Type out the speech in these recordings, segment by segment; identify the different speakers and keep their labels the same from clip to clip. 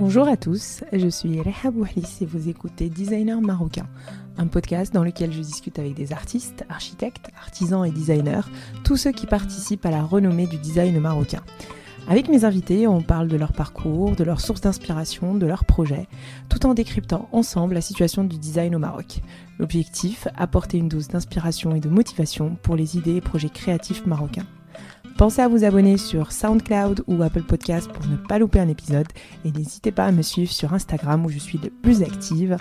Speaker 1: Bonjour à tous, je suis Reha Bouhlis et vous écoutez Designer Marocain, un podcast dans lequel je discute avec des artistes, architectes, artisans et designers, tous ceux qui participent à la renommée du design marocain. Avec mes invités, on parle de leur parcours, de leurs sources d'inspiration, de leurs projets, tout en décryptant ensemble la situation du design au Maroc. L'objectif, apporter une dose d'inspiration et de motivation pour les idées et projets créatifs marocains. Pensez à vous abonner sur SoundCloud ou Apple Podcast pour ne pas louper un épisode et n'hésitez pas à me suivre sur Instagram où je suis le plus active,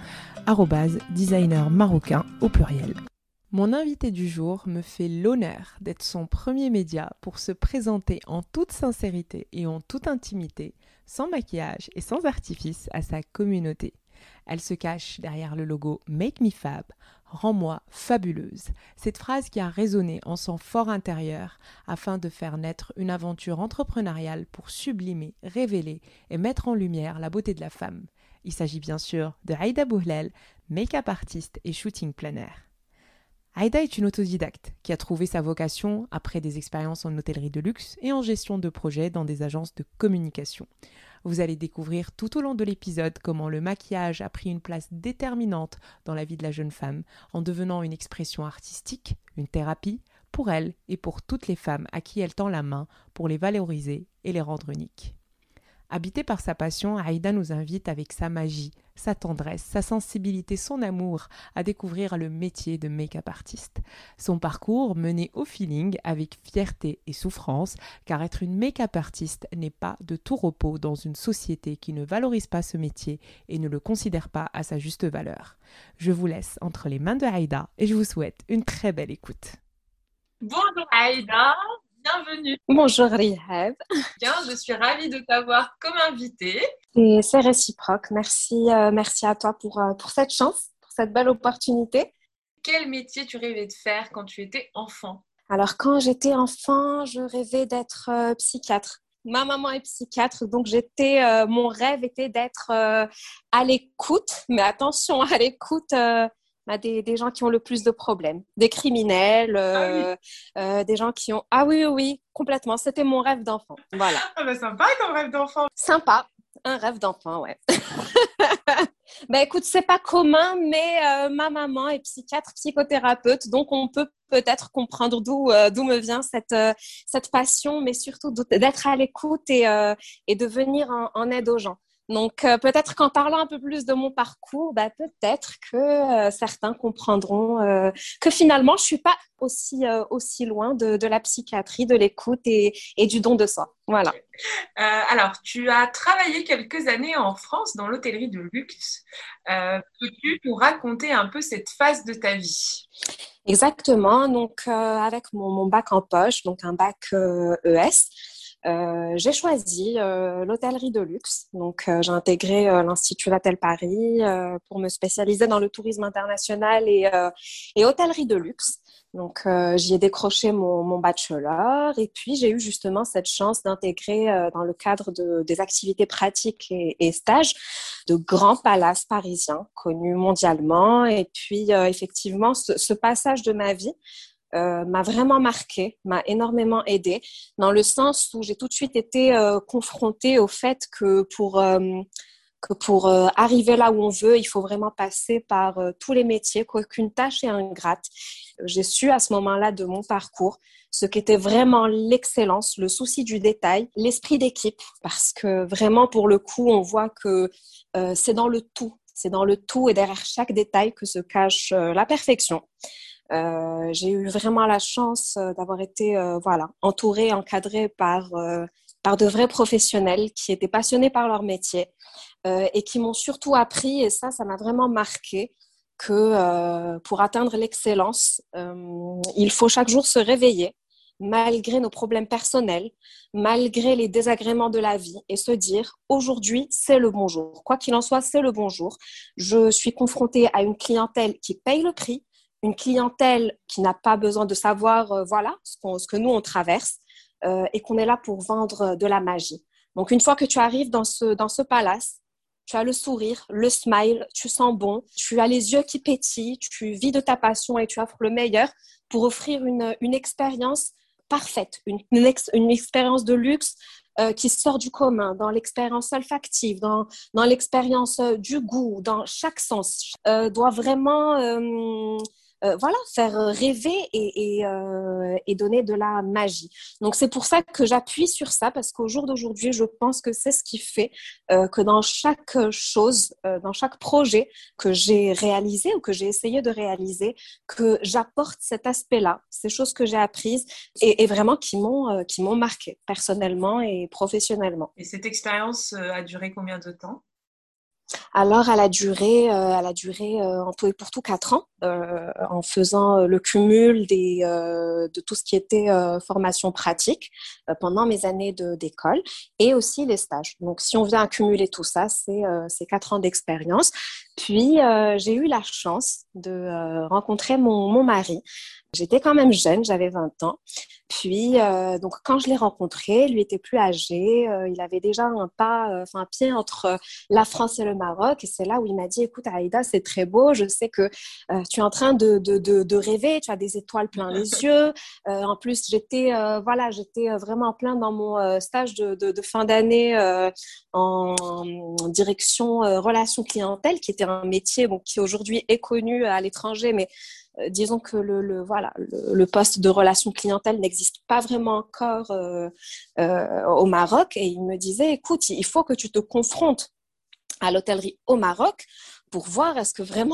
Speaker 1: @designermarocain au pluriel. Mon invité du jour me fait l'honneur d'être son premier média pour se présenter en toute sincérité et en toute intimité, sans maquillage et sans artifice à sa communauté. Elle se cache derrière le logo Make Me Fab, rends-moi fabuleuse. Cette phrase qui a résonné en son fort intérieur afin de faire naître une aventure entrepreneuriale pour sublimer, révéler et mettre en lumière la beauté de la femme. Il s'agit bien sûr de Aïda Bouhlel, make-up artiste et shooting planner. Aïda est une autodidacte qui a trouvé sa vocation après des expériences en hôtellerie de luxe et en gestion de projets dans des agences de communication. Vous allez découvrir tout au long de l'épisode comment le maquillage a pris une place déterminante dans la vie de la jeune femme en devenant une expression artistique, une thérapie pour elle et pour toutes les femmes à qui elle tend la main pour les valoriser et les rendre uniques. Habitée par sa passion, Aïda nous invite avec sa magie, sa tendresse, sa sensibilité, son amour à découvrir le métier de make-up artiste. Son parcours mené au feeling avec fierté et souffrance, car être une make-up artiste n'est pas de tout repos dans une société qui ne valorise pas ce métier et ne le considère pas à sa juste valeur. Je vous laisse entre les mains de Aïda et je vous souhaite une très belle écoute.
Speaker 2: Bonjour Aïda, bienvenue.
Speaker 3: Bonjour Rihab.
Speaker 2: Bien, je suis ravie de t'avoir comme invitée.
Speaker 3: Et c'est réciproque. Merci à toi pour cette chance, pour cette belle opportunité.
Speaker 2: Quel métier tu rêvais de faire quand tu étais enfant?
Speaker 3: Alors, quand j'étais enfant, je rêvais d'être psychiatre. Ma maman est psychiatre, donc mon rêve était d'être à l'écoute, mais attention, à l'écoute des gens qui ont le plus de problèmes, des criminels, des gens qui ont... Ah oui, complètement, c'était mon rêve d'enfant, voilà.
Speaker 2: Ah bah sympa comme rêve d'enfant.
Speaker 3: Sympa, un rêve d'enfant, ouais. Écoute, c'est pas commun, mais ma maman est psychiatre, psychothérapeute, donc on peut peut-être comprendre d'où me vient cette passion, mais surtout d'être à l'écoute et de venir en aide aux gens. Donc, peut-être qu'en parlant un peu plus de mon parcours, peut-être que certains comprendront que finalement, je suis pas aussi loin de la psychiatrie, de l'écoute et du don de soi. Voilà.
Speaker 2: Alors, tu as travaillé quelques années en France dans l'hôtellerie de luxe. Peux-tu nous raconter un peu cette phase de ta vie?
Speaker 3: Exactement. Donc, avec mon bac en poche, donc un bac ES, j'ai choisi l'hôtellerie de luxe. Donc, j'ai intégré l'Institut Vatel Paris pour me spécialiser dans le tourisme international et hôtellerie de luxe. Donc, j'y ai décroché mon bachelor et puis j'ai eu justement cette chance d'intégrer dans le cadre des activités pratiques et stages de grands palaces parisiens connus mondialement. Et puis, effectivement, ce passage de ma vie m'a vraiment marquée, m'a énormément aidée, dans le sens où j'ai tout de suite été confrontée au fait que pour arriver là où on veut, il faut vraiment passer par tous les métiers, qu'aucune tâche est ingrate. J'ai su à ce moment-là de mon parcours ce qu'était vraiment l'excellence, le souci du détail, l'esprit d'équipe, parce que vraiment, pour le coup, on voit que c'est dans le tout. C'est dans le tout et derrière chaque détail que se cache la perfection. J'ai eu vraiment la chance d'avoir été entourée, encadrée par de vrais professionnels qui étaient passionnés par leur métier et qui m'ont surtout appris, et ça m'a vraiment marqué, que pour atteindre l'excellence, il faut chaque jour se réveiller, malgré nos problèmes personnels, malgré les désagréments de la vie, et se dire aujourd'hui, c'est le bon jour. Quoi qu'il en soit, c'est le bon jour. Je suis confrontée à une clientèle qui paye le prix, une clientèle qui n'a pas besoin de savoir ce que nous, on traverse et qu'on est là pour vendre de la magie. Donc, une fois que tu arrives dans ce palace, tu as le sourire, le smile, tu sens bon, tu as les yeux qui pétillent, tu vis de ta passion et tu offres le meilleur pour offrir une expérience parfaite, une expérience de luxe qui sort du commun, dans l'expérience olfactive, dans l'expérience du goût, dans chaque sens, doit vraiment voilà, faire rêver et donner de la magie. Donc, c'est pour ça que j'appuie sur ça, parce qu'au jour d'aujourd'hui, je pense que c'est ce qui fait que dans chaque chose, dans chaque projet que j'ai réalisé ou que j'ai essayé de réaliser, que j'apporte cet aspect-là, ces choses que j'ai apprises et vraiment qui m'ont marqué personnellement et professionnellement.
Speaker 2: Et cette expérience a duré combien de temps?
Speaker 3: Alors, elle a duré en tout et pour tout 4 ans, en faisant le cumul de tout ce qui était formation pratique pendant mes années d'école et aussi les stages. Donc, si on vient accumuler tout ça, c'est 4 ans d'expérience. Puis, j'ai eu la chance de rencontrer mon mari. J'étais quand même jeune, j'avais 20 ans. Puis, donc, quand je l'ai rencontré, lui était plus âgé. Il avait déjà un pied entre la France et le Maroc. Et c'est là où il m'a dit, écoute, Aïda, c'est très beau. Je sais que tu es en train de rêver. Tu as des étoiles plein les yeux. En plus, j'étais vraiment en plein dans mon stage de fin d'année en direction relations clientèle, qui était un métier qui aujourd'hui est connu à l'étranger, mais disons que le poste de relation clientèle n'existe pas vraiment encore au Maroc. Et il me disait, écoute, il faut que tu te confrontes à l'hôtellerie au Maroc pour voir est-ce que vraiment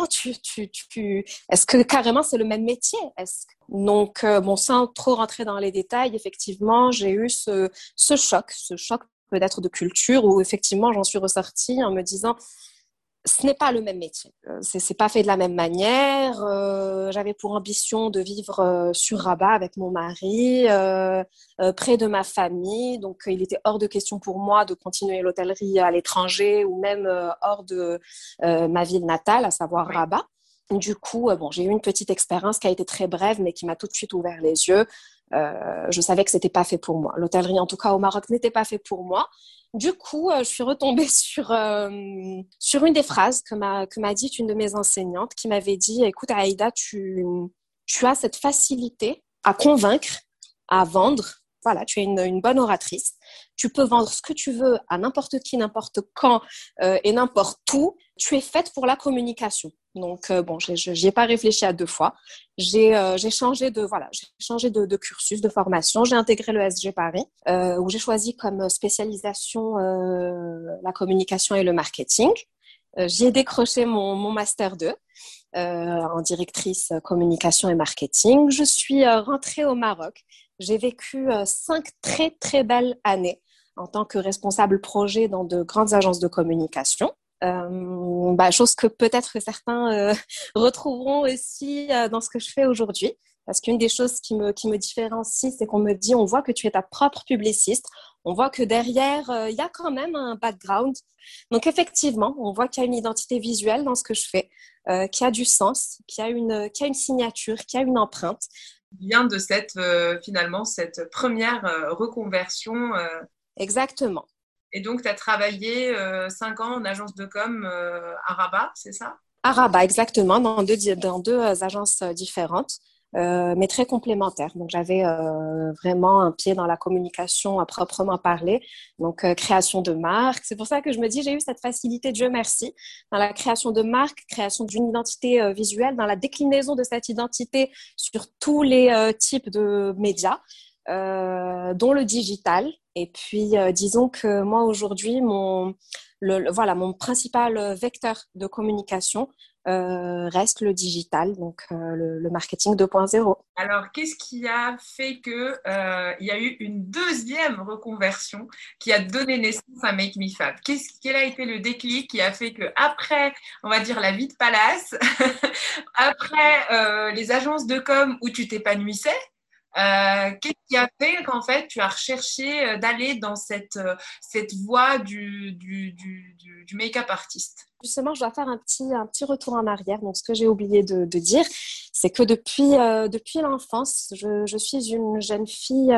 Speaker 3: est-ce que carrément c'est le même métier. Donc, sans trop rentrer dans les détails, effectivement, j'ai eu ce choc peut-être de culture où effectivement j'en suis ressortie en me disant ce n'est pas le même métier. C'est pas fait de la même manière. J'avais pour ambition de vivre sur Rabat avec mon mari, près de ma famille. Donc, il était hors de question pour moi de continuer l'hôtellerie à l'étranger ou même hors de ma ville natale, à savoir Rabat. Du coup, j'ai eu une petite expérience qui a été très brève, mais qui m'a tout de suite ouvert les yeux. Je savais que c'était pas fait pour moi. L'hôtellerie, en tout cas au Maroc, n'était pas fait pour moi. Du coup, je suis retombée sur une des phrases que m'a dit une de mes enseignantes, qui m'avait dit, écoute Aïda, tu as cette facilité à convaincre, à vendre. Voilà, tu es une bonne oratrice. Tu peux vendre ce que tu veux à n'importe qui, n'importe quand et n'importe où. Tu es faite pour la communication. Donc, j'y ai pas réfléchi à 2 fois. J'ai changé de cursus, de formation. J'ai intégré le SG Paris, où j'ai choisi comme spécialisation la communication et le marketing. J'y ai décroché mon Master 2 en directrice communication et marketing. Je suis rentrée au Maroc. J'ai vécu 5 très, très belles années en tant que responsable projet dans de grandes agences de communication. Chose que peut-être que certains retrouveront aussi dans ce que je fais aujourd'hui. Parce qu'une des choses qui me différencie, c'est qu'on me dit, on voit que tu es ta propre publiciste. On voit que derrière, il y a quand même un background. Donc, effectivement, on voit qu'il y a une identité visuelle dans ce que je fais, qui a du sens, qui a une signature, qui a une empreinte.
Speaker 2: Vient de cette première reconversion.
Speaker 3: Exactement.
Speaker 2: Et donc, tu as travaillé 5 ans en agence de com à Rabat, c'est ça?
Speaker 3: À Rabat, exactement, dans deux agences différentes, mais très complémentaires. Donc, j'avais vraiment un pied dans la communication à proprement parler, donc création de marque. C'est pour ça que je me dis, j'ai eu cette facilité, Dieu merci, dans la création de marque, création d'une identité visuelle, dans la déclinaison de cette identité sur tous les types de médias, dont le digital. Et puis, disons que moi, aujourd'hui, mon principal vecteur de communication reste le digital, donc le marketing 2.0.
Speaker 2: Alors, qu'est-ce qui a fait qu'il y a eu une deuxième reconversion qui a donné naissance à Make Me Fab? Quel a été le déclic qui a fait qu'après, on va dire, la vie de palace, après les agences de com où tu t'épanouissais, qu'est-ce qui a fait qu'en fait tu as recherché d'aller dans cette voie du make-up artiste?
Speaker 3: Justement, je dois faire un petit retour en arrière. Donc, ce que j'ai oublié de dire, c'est que depuis l'enfance, je suis une jeune fille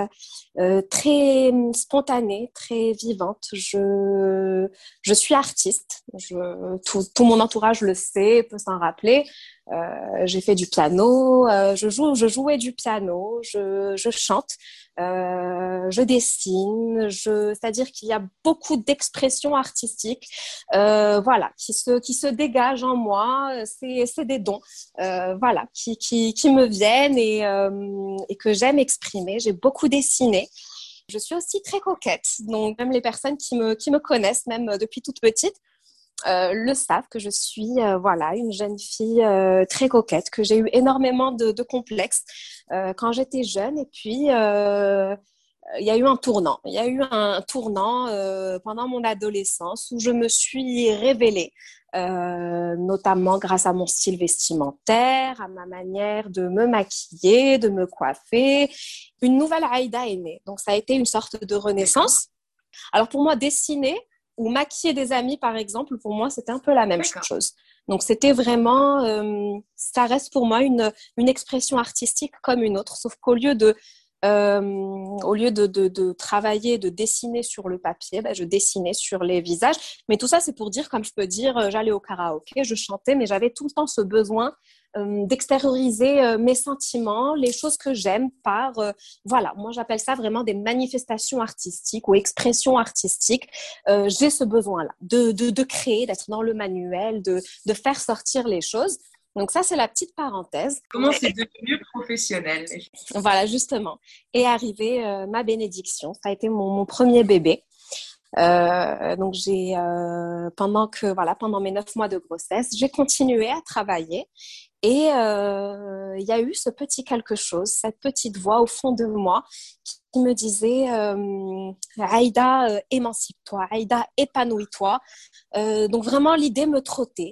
Speaker 3: très spontanée, très vivante. Je suis artiste. Tout mon entourage le sait, peut s'en rappeler. J'ai fait du piano, je jouais du piano, je chante. je dessine, c'est-à-dire qu'il y a beaucoup d'expressions artistiques, voilà, qui se dégagent en moi. C'est des dons, voilà, qui me viennent et que j'aime exprimer. J'ai beaucoup dessiné. Je suis aussi très coquette, donc même les personnes qui me connaissent, même depuis toute petite, le savent que je suis voilà, une jeune fille très coquette, que j'ai eu énormément de complexes quand j'étais jeune. Et puis, il y a eu un tournant. Il y a eu un tournant pendant mon adolescence où je me suis révélée, notamment grâce à mon style vestimentaire, à ma manière de me maquiller, de me coiffer. Une nouvelle Aïda est née. Donc, ça a été une sorte de renaissance. Alors, pour moi, dessiner ou maquiller des amis, par exemple, pour moi, c'était un peu la même chose. Donc, c'était vraiment, ça reste pour moi une expression artistique comme une autre, sauf qu'au lieu de travailler, de dessiner sur le papier, je dessinais sur les visages. Mais tout ça, c'est pour dire, comme je peux dire, j'allais au karaoké, je chantais, mais j'avais tout le temps ce besoin d'extérioriser mes sentiments, les choses que j'aime voilà, moi j'appelle ça vraiment des manifestations artistiques ou expressions artistiques. J'ai ce besoin-là de créer, d'être dans le manuel, de faire sortir les choses. Donc ça, c'est la petite parenthèse.
Speaker 2: Comment c'est devenu professionnel?
Speaker 3: Voilà, justement. Et arrivé ma bénédiction. Ça a été mon premier bébé. Donc pendant mes 9 mois de grossesse, j'ai continué à travailler. Et il y a eu ce petit quelque chose, cette petite voix au fond de moi qui me disait Aïda, émancipe-toi, Aïda, épanouis-toi. Donc vraiment l'idée me trottait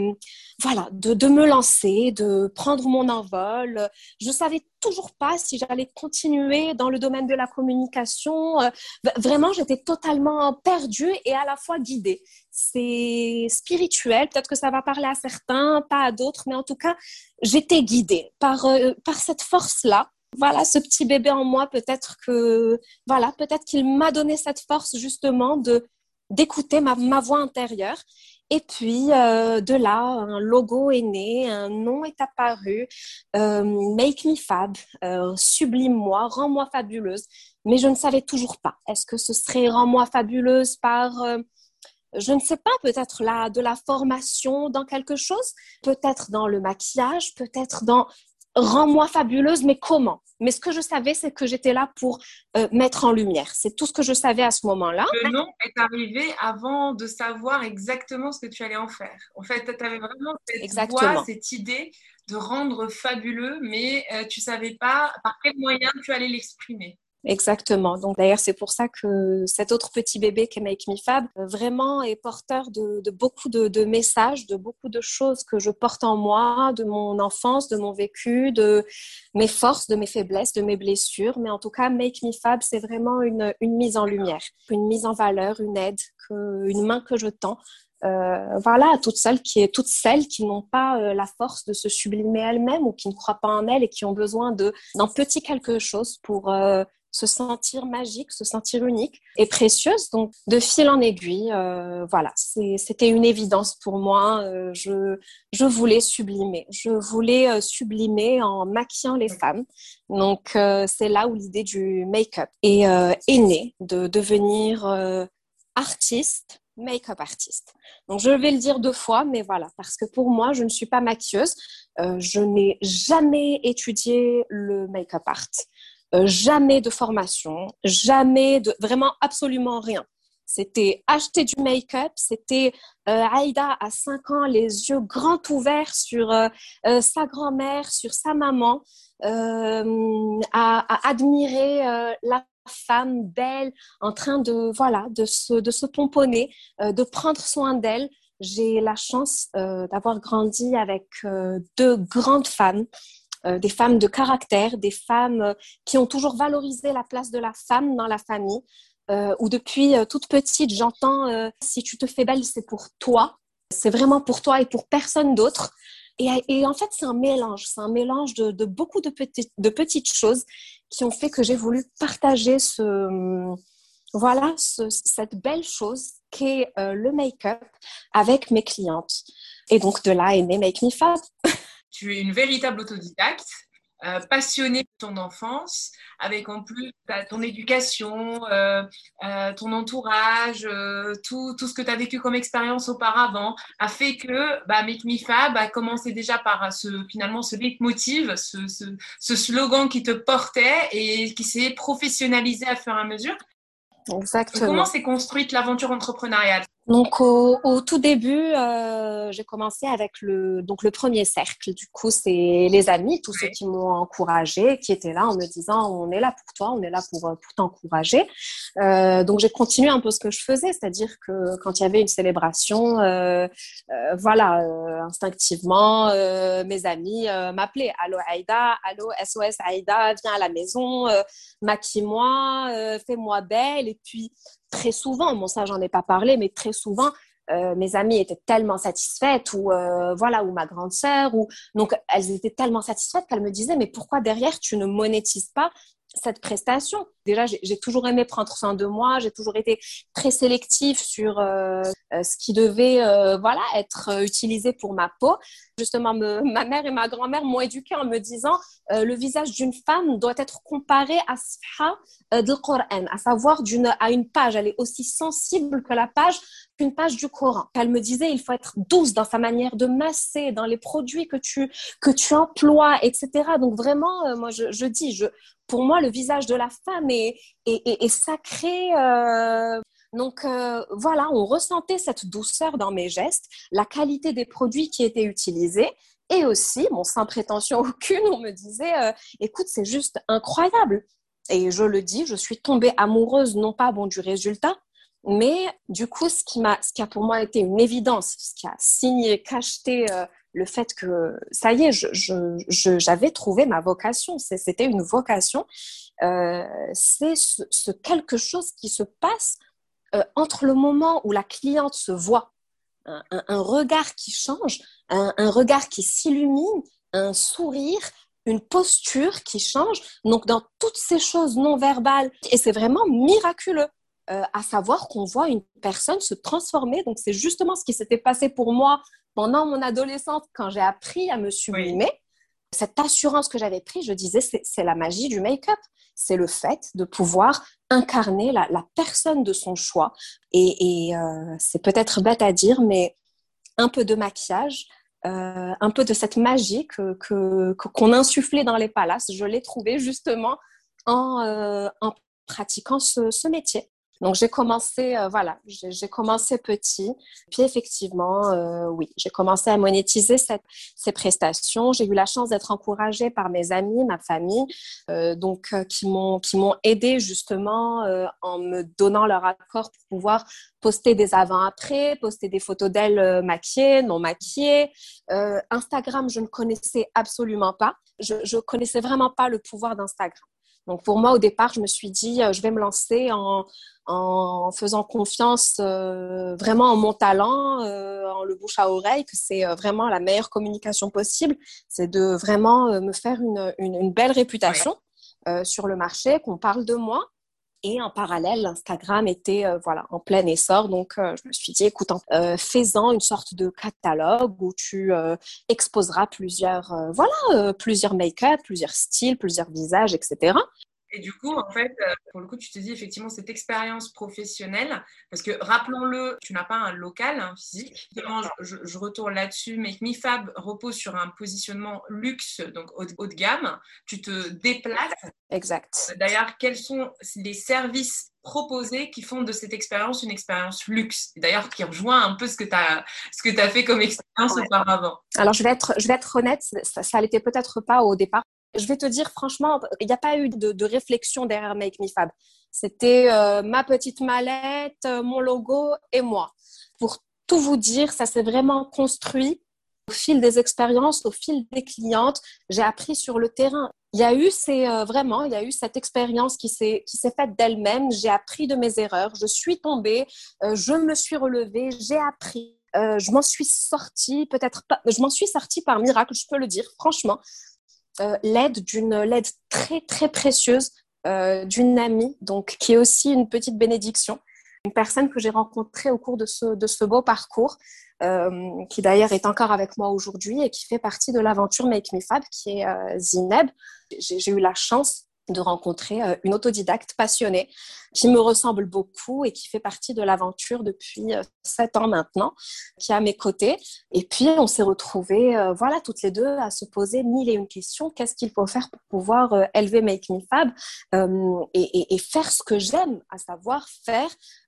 Speaker 3: de me lancer, de prendre mon envol. Je savais toujours pas si j'allais continuer dans le domaine de la communication. Vraiment, j'étais totalement perdue et à la fois guidée. C'est spirituel, peut-être que ça va parler à certains, pas à d'autres, mais en tout cas, j'étais guidée par cette force-là. Voilà, ce petit bébé en moi, peut-être qu'il m'a donné cette force justement d'écouter ma voix intérieure. Et puis, de là, un logo est né, un nom est apparu, Make Me Fab, sublime-moi, rends-moi fabuleuse. Mais je ne savais toujours pas. Est-ce que ce serait rends-moi fabuleuse par, je ne sais pas, peut-être de la formation dans quelque chose, peut-être dans le maquillage, peut-être dans rends-moi fabuleuse, mais comment? Mais ce que je savais, c'est que j'étais là pour mettre en lumière. C'est tout ce que je savais à ce moment-là.
Speaker 2: Le nom est arrivé avant de savoir exactement ce que tu allais en faire. En fait, tu avais vraiment cette voix, cette idée de rendre fabuleux, mais tu ne savais pas par quel moyen tu allais l'exprimer.
Speaker 3: Exactement. Donc d'ailleurs, c'est pour ça que cet autre petit bébé qui est Make Me Fab vraiment est porteur de beaucoup de messages, de beaucoup de choses que je porte en moi, de mon enfance, de mon vécu, de mes forces, de mes faiblesses, de mes blessures. Mais en tout cas, Make Me Fab, c'est vraiment une mise en lumière, une mise en valeur, une aide, une main que je tends. Voilà, à toutes celles qui n'ont pas la force de se sublimer elles-mêmes ou qui ne croient pas en elles et qui ont besoin d'un petit quelque chose pour se sentir magique, se sentir unique et précieuse. Donc, de fil en aiguille, voilà, c'était une évidence pour moi. Je voulais sublimer. Je voulais sublimer en maquillant les femmes. Donc, c'est là où l'idée du make-up est née, de devenir artiste, make-up artiste. Donc, je vais le dire 2 fois, mais voilà, parce que pour moi, je ne suis pas maquilleuse. Je n'ai jamais étudié le make-up art. Jamais de formation, vraiment absolument rien. C'était acheter du make-up, c'était Aïda à 5 ans, les yeux grands ouverts sur sa grand-mère, sur sa maman, à admirer la femme belle en train de se pomponner, de prendre soin d'elle. J'ai la chance d'avoir grandi avec 2 grandes femmes. Des femmes de caractère, des femmes qui ont toujours valorisé la place de la femme dans la famille, où depuis toute petite, j'entends si tu te fais belle, c'est pour toi, c'est vraiment pour toi et pour personne d'autre. Et en fait, c'est un mélange de beaucoup de petites choses qui ont fait que j'ai voulu partager cette belle chose qu'est le make-up avec mes clientes. Et donc, de là est né Make Me Fab.
Speaker 2: Tu es une véritable autodidacte. passionné de ton enfance, avec en plus ton éducation, ton entourage, tout ce que tu as vécu comme expérience auparavant, a fait que Make Me Fab a commencé déjà par finalement ce leitmotiv, ce slogan qui te portait et qui s'est professionnalisé à fur et à mesure.
Speaker 3: Exactement.
Speaker 2: Comment s'est construite l'aventure entrepreneuriale?
Speaker 3: Donc au tout début, j'ai commencé avec le premier cercle. Du coup, c'est les amis, tous ceux qui m'ont encouragée, qui étaient là en me disant on est là pour toi, on est là pour t'encourager. Donc j'ai continué un peu ce que je faisais, c'est-à-dire que quand il y avait une célébration, instinctivement, mes amis m'appelaient. Allô Aïda, allô SOS Aïda, viens à la maison, maquille-moi, fais-moi belle. Et puis très souvent, bon ça j'en ai pas parlé, mais très souvent, mes amies étaient tellement satisfaites ou ma grande sœur, donc elles étaient tellement satisfaites qu'elles me disaient mais pourquoi derrière tu ne monétises pas cette prestation? Déjà, j'ai toujours aimé prendre soin de moi, j'ai toujours été très sélective sur ce qui devait être utilisé pour ma peau. Justement, ma mère et ma grand-mère m'ont éduquée en me disant le visage d'une femme doit être comparé à Safha du Coran, à savoir à une page. Elle est aussi sensible que la page qu'une page du Coran. Elle me disait il faut être douce dans sa manière de masser, dans les produits que tu emploies, etc. Donc vraiment, moi je dis, pour moi, le visage de la femme est sacré. Donc on ressentait cette douceur dans mes gestes, la qualité des produits qui étaient utilisés. Et aussi, sans prétention aucune, on me disait écoute, c'est juste incroyable. Et je le dis, je suis tombée amoureuse, non pas du résultat, mais du coup, ce qui a pour moi été une évidence, ce qui a signé, cacheté le fait que ça y est, j'avais trouvé ma vocation. C'était une vocation. C'est ce quelque chose qui se passe entre le moment où la cliente se voit, un regard qui change, un regard qui s'illumine, un sourire, une posture qui change. Donc, dans toutes ces choses non verbales, et c'est vraiment miraculeux. À savoir qu'on voit une personne se transformer. Donc, c'est justement ce qui s'était passé pour moi pendant mon adolescence quand j'ai appris à me sublimer. Oui. Cette assurance que j'avais prise, je disais, c'est la magie du make-up. C'est le fait de pouvoir incarner la personne de son choix. Et c'est peut-être bête à dire, mais un peu de maquillage, un peu de cette magie qu'on insufflait dans les palaces, je l'ai trouvé justement en pratiquant ce métier. Donc, j'ai commencé petit. Puis, effectivement, oui, j'ai commencé à monétiser ces prestations. J'ai eu la chance d'être encouragée par mes amis, ma famille, qui m'ont aidée justement en me donnant leur accord pour pouvoir poster des avant-après, poster des photos d'elles maquillées, non maquillées. Instagram, je ne connaissais absolument pas. Je connaissais vraiment pas le pouvoir d'Instagram. Donc, pour moi, au départ, je me suis dit, je vais me lancer en faisant confiance vraiment en mon talent, en le bouche à oreille, que c'est vraiment la meilleure communication possible. C'est de vraiment me faire une belle réputation sur le marché, qu'on parle de moi. Et en parallèle, l'Instagram était en plein essor. Donc, je me suis dit, écoute, fais-en une sorte de catalogue où tu exposeras plusieurs make-up, plusieurs styles, plusieurs visages, etc.
Speaker 2: Et du coup, en fait, pour le coup, tu te dis effectivement cette expérience professionnelle, parce que rappelons-le, tu n'as pas un local physique. Je retourne là-dessus. Make Me Fab repose sur un positionnement luxe, donc haut de gamme. Tu te déplaces.
Speaker 3: Exact.
Speaker 2: D'ailleurs, quels sont les services proposés qui font de cette expérience une expérience luxe? D'ailleurs, qui rejoint un peu ce que tu as fait comme expérience auparavant.
Speaker 3: Alors, je vais être honnête, ça l'était peut-être pas au départ. Je vais te dire, franchement, il n'y a pas eu de réflexion derrière Make Me Fab. C'était ma petite mallette, mon logo et moi. Pour tout vous dire, ça s'est vraiment construit au fil des expériences, au fil des clientes. J'ai appris sur le terrain. Il y a eu cette expérience qui s'est faite d'elle-même. J'ai appris de mes erreurs. Je suis tombée, je me suis relevée, j'ai appris. Je m'en suis sortie, peut-être pas. Je m'en suis sortie par miracle, je peux le dire, franchement. L'aide très très précieuse d'une amie, donc qui est aussi une petite bénédiction. une personne que j'ai rencontrée au cours de ce beau parcours, qui d'ailleurs est encore avec moi aujourd'hui et qui fait partie de l'aventure Make Me Fab, qui est Zineb. J'ai eu la chance de rencontrer une autodidacte passionnée qui me ressemble beaucoup et qui fait partie de l'aventure depuis 7 ans maintenant, qui est à mes côtés. Et puis, on s'est retrouvés, toutes les deux à se poser mille et une questions. Qu'est-ce qu'il faut faire pour pouvoir élever Make Me Fab et faire ce que j'aime, à savoir faire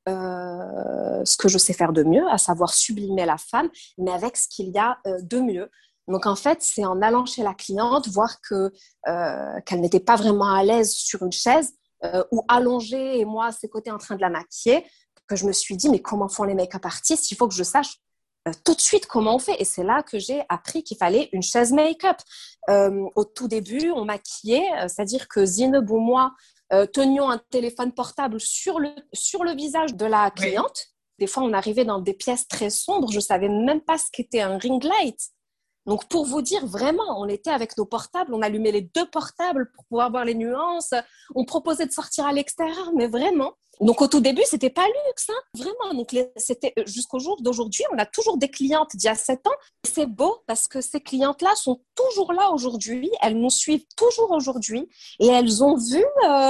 Speaker 3: ce que je sais faire de mieux, à savoir sublimer la femme, mais avec ce qu'il y a de mieux. Donc, en fait, c'est en allant chez la cliente, voir qu'elle n'était pas vraiment à l'aise sur une chaise ou allongée et moi à ses côtés en train de la maquiller, que je me suis dit, mais comment font les make-up artistes? Il faut que je sache tout de suite comment on fait. Et c'est là que j'ai appris qu'il fallait une chaise make-up. Au tout début, on maquillait, c'est-à-dire que Zineb ou moi tenions un téléphone portable sur le visage de la cliente. Oui. Des fois, on arrivait dans des pièces très sombres. Je ne savais même pas ce qu'était un ring light. Donc, pour vous dire, vraiment, on était avec nos portables, on allumait les 2 portables pour pouvoir voir les nuances, on proposait de sortir à l'extérieur, mais vraiment. Donc, au tout début, c'était pas luxe, hein, vraiment. Donc, c'était jusqu'au jour d'aujourd'hui, on a toujours des clientes d'il y a 7 ans. C'est beau parce que ces clientes-là sont toujours là aujourd'hui, elles nous suivent toujours aujourd'hui et elles ont vu,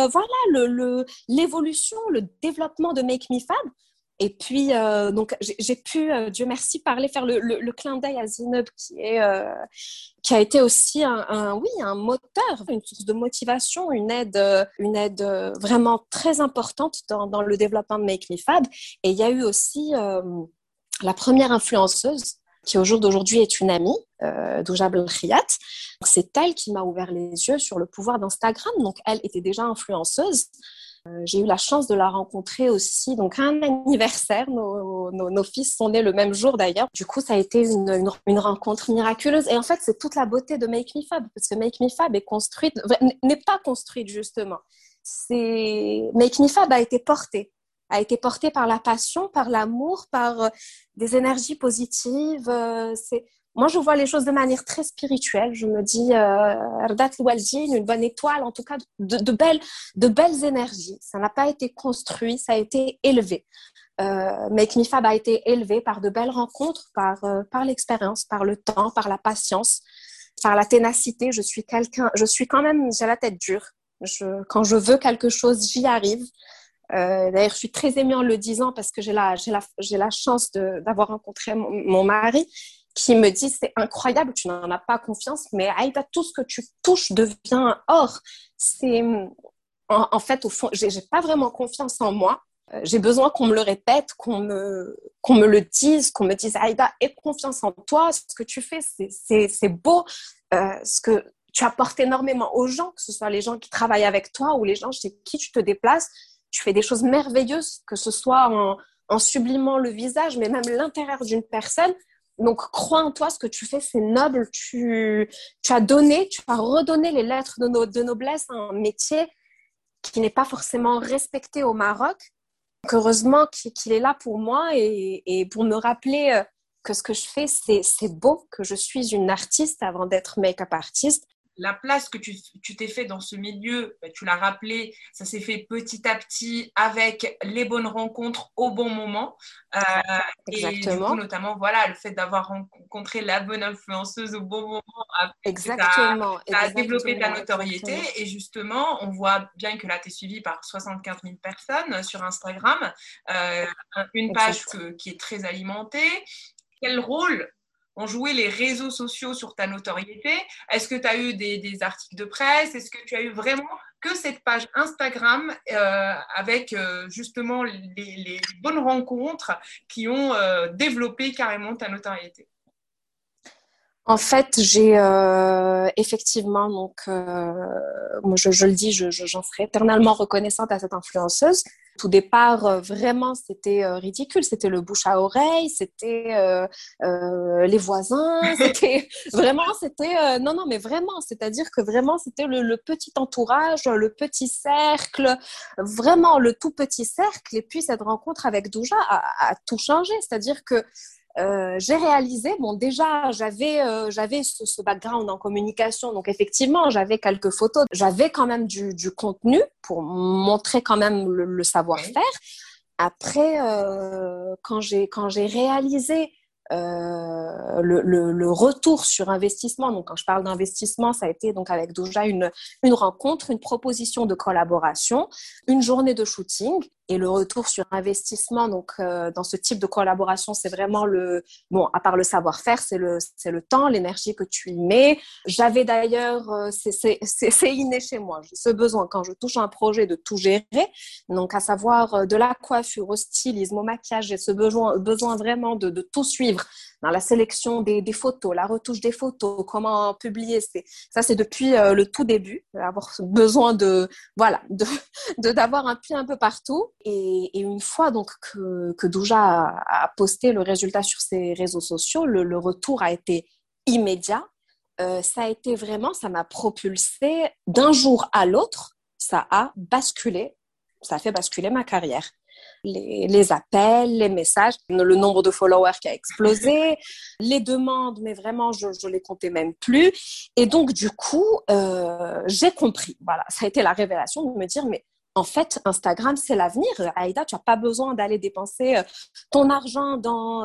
Speaker 3: l'évolution, le développement de Make Me Fab. Et puis, donc, j'ai pu, Dieu merci, faire le clin d'œil à Zineb qui a été aussi un moteur, une source de motivation, une aide vraiment très importante dans le développement de Make Me Fab. Et il y a eu aussi la première influenceuse qui au jour d'aujourd'hui est une amie, Douja Belkhiat. C'est elle qui m'a ouvert les yeux sur le pouvoir d'Instagram. Donc, elle était déjà influenceuse. J'ai eu la chance de la rencontrer aussi, donc à un anniversaire. Nos fils sont nés le même jour d'ailleurs. Du coup, ça a été une rencontre miraculeuse. Et en fait, c'est toute la beauté de Make Me Fab, parce que Make Me Fab n'est pas construite justement. Make Me Fab a été porté par la passion, par l'amour, par des énergies positives. Moi, je vois les choses de manière très spirituelle. Je me dis, Ardat Loualdine, une bonne étoile, en tout cas, de belles énergies. Ça n'a pas été construit, ça a été élevé. Make Me Fab a été élevé par de belles rencontres, par l'expérience, par le temps, par la patience, par la ténacité. J'ai la tête dure. Quand je veux quelque chose, j'y arrive. D'ailleurs, je suis très émue en le disant parce que j'ai la chance d'avoir rencontré mon mari qui me dit, c'est incroyable, tu n'en as pas confiance, mais Aïda, tout ce que tu touches devient or. En fait, au fond, j'ai pas vraiment confiance en moi. J'ai besoin qu'on me le répète, qu'on me le dise, qu'on me dise, Aïda, aie confiance en toi, ce que tu fais, c'est beau, ce que tu apportes énormément aux gens, que ce soit les gens qui travaillent avec toi ou les gens chez qui tu te déplaces. Tu fais des choses merveilleuses, que ce soit en sublimant le visage, mais même l'intérieur d'une personne. Donc, crois en toi, ce que tu fais, c'est noble. Tu as redonné les lettres de noblesse à un métier qui n'est pas forcément respecté au Maroc. Donc, heureusement qu'il est là pour moi et pour me rappeler que ce que je fais, c'est beau, que je suis une artiste avant d'être make-up artiste.
Speaker 2: La place que tu t'es fait dans ce milieu, tu l'as rappelé, ça s'est fait petit à petit avec les bonnes rencontres au bon moment.
Speaker 3: Exactement.
Speaker 2: Et du coup, notamment, voilà, le fait d'avoir rencontré la bonne influenceuse au bon moment,
Speaker 3: exactement.
Speaker 2: Ça a développé ta notoriété.
Speaker 3: Exactement.
Speaker 2: Et justement, on voit bien que là, tu es suivie par 75 000 personnes sur Instagram, une page qui est très alimentée. Quel rôle ont joué les réseaux sociaux sur ta notoriété? Est-ce que tu as eu des articles de presse? Est-ce que tu as eu vraiment que cette page Instagram avec justement les bonnes rencontres qui ont développé carrément ta notoriété?
Speaker 3: En fait, j'ai effectivement, donc, moi je le dis, j'en serai éternellement reconnaissante à cette influenceuse. Tout départ, vraiment, c'était ridicule. C'était le bouche à oreille, c'était les voisins, non, mais vraiment, c'est-à-dire que vraiment, c'était le petit entourage, le petit cercle, vraiment le tout petit cercle. Et puis, cette rencontre avec Douja a tout changé. C'est-à-dire que j'ai réalisé, bon déjà j'avais ce background en communication, donc effectivement j'avais quelques photos, j'avais quand même du contenu pour montrer quand même le savoir-faire, Après, quand j'ai réalisé le retour sur investissement, donc quand je parle d'investissement, ça a été donc avec Douja une rencontre, une proposition de collaboration, une journée de shooting. Et le retour sur investissement, donc dans ce type de collaboration, c'est vraiment à part le savoir-faire, c'est le temps, l'énergie que tu y mets. J'avais d'ailleurs, c'est inné chez moi, j'ai ce besoin quand je touche un projet de tout gérer, donc à savoir de la coiffure au stylisme, au maquillage, j'ai ce besoin vraiment de tout suivre dans la sélection des photos, la retouche des photos, comment publier. C'est depuis le tout début, avoir besoin d'avoir un pied un peu partout. Et une fois donc que Douja a posté le résultat sur ses réseaux sociaux, le retour a été immédiat. Ça a été vraiment, ça m'a propulsée d'un jour à l'autre. Ça a fait basculer ma carrière. Les appels, les messages, le nombre de followers qui a explosé, les demandes, mais vraiment, je les comptais même plus. Et donc, du coup, j'ai compris. Voilà, ça a été la révélation de me dire, mais en fait, Instagram, c'est l'avenir. Aïda, tu n'as pas besoin d'aller dépenser ton argent dans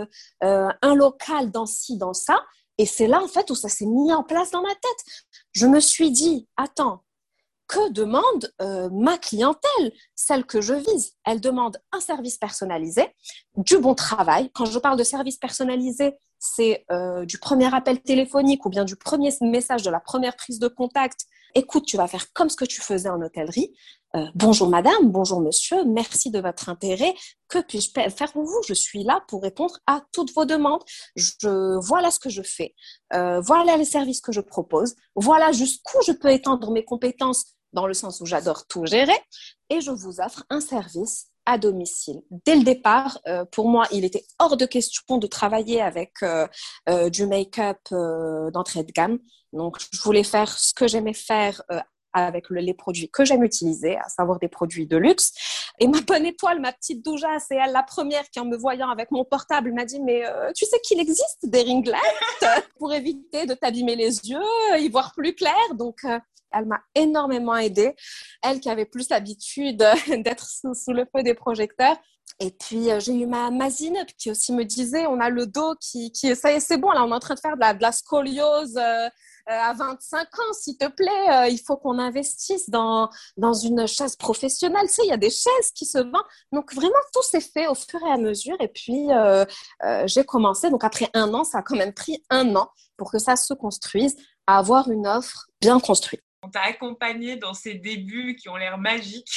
Speaker 3: un local, dans ci, dans ça. Et c'est là, en fait, où ça s'est mis en place dans ma tête. Je me suis dit, attends, que demande ma clientèle, celle que je vise? Elle demande un service personnalisé, du bon travail. Quand je parle de service personnalisé, c'est du premier appel téléphonique ou bien du premier message, de la première prise de contact. Écoute, tu vas faire comme ce que tu faisais en hôtellerie. Bonjour madame, bonjour monsieur, merci de votre intérêt. Que puis-je faire pour vous? Je suis là pour répondre à toutes vos demandes. Voilà ce que je fais. Voilà les services que je propose. Voilà jusqu'où je peux étendre mes compétences dans le sens où j'adore tout gérer. Et je vous offre un service à domicile. Dès le départ, pour moi, il était hors de question de travailler avec du make-up d'entrée de gamme. Donc, je voulais faire ce que j'aimais faire avec les produits que j'aime utiliser, à savoir des produits de luxe. Et ma bonne étoile, ma petite Douja, c'est elle la première qui, en me voyant avec mon portable, m'a dit « Mais tu sais qu'il existe des ring lights pour éviter de t'abîmer les yeux, y voir plus clair ?» Donc, elle m'a énormément aidée. Elle qui avait plus l'habitude d'être sous le feu des projecteurs. Et puis, j'ai eu ma Zineb qui aussi me disait, on a le dos ça y est, c'est bon, là, on est en train de faire de la scoliose à 25 ans, s'il te plaît, il faut qu'on investisse dans une chaise professionnelle. Tu sais, il y a des chaises qui se vendent. Donc, vraiment, tout s'est fait au fur et à mesure. Et puis, j'ai commencé. Donc, après 1 an, ça a quand même pris 1 an pour que ça se construise, à avoir une offre bien construite.
Speaker 2: On t'a accompagné dans ces débuts qui ont l'air magiques.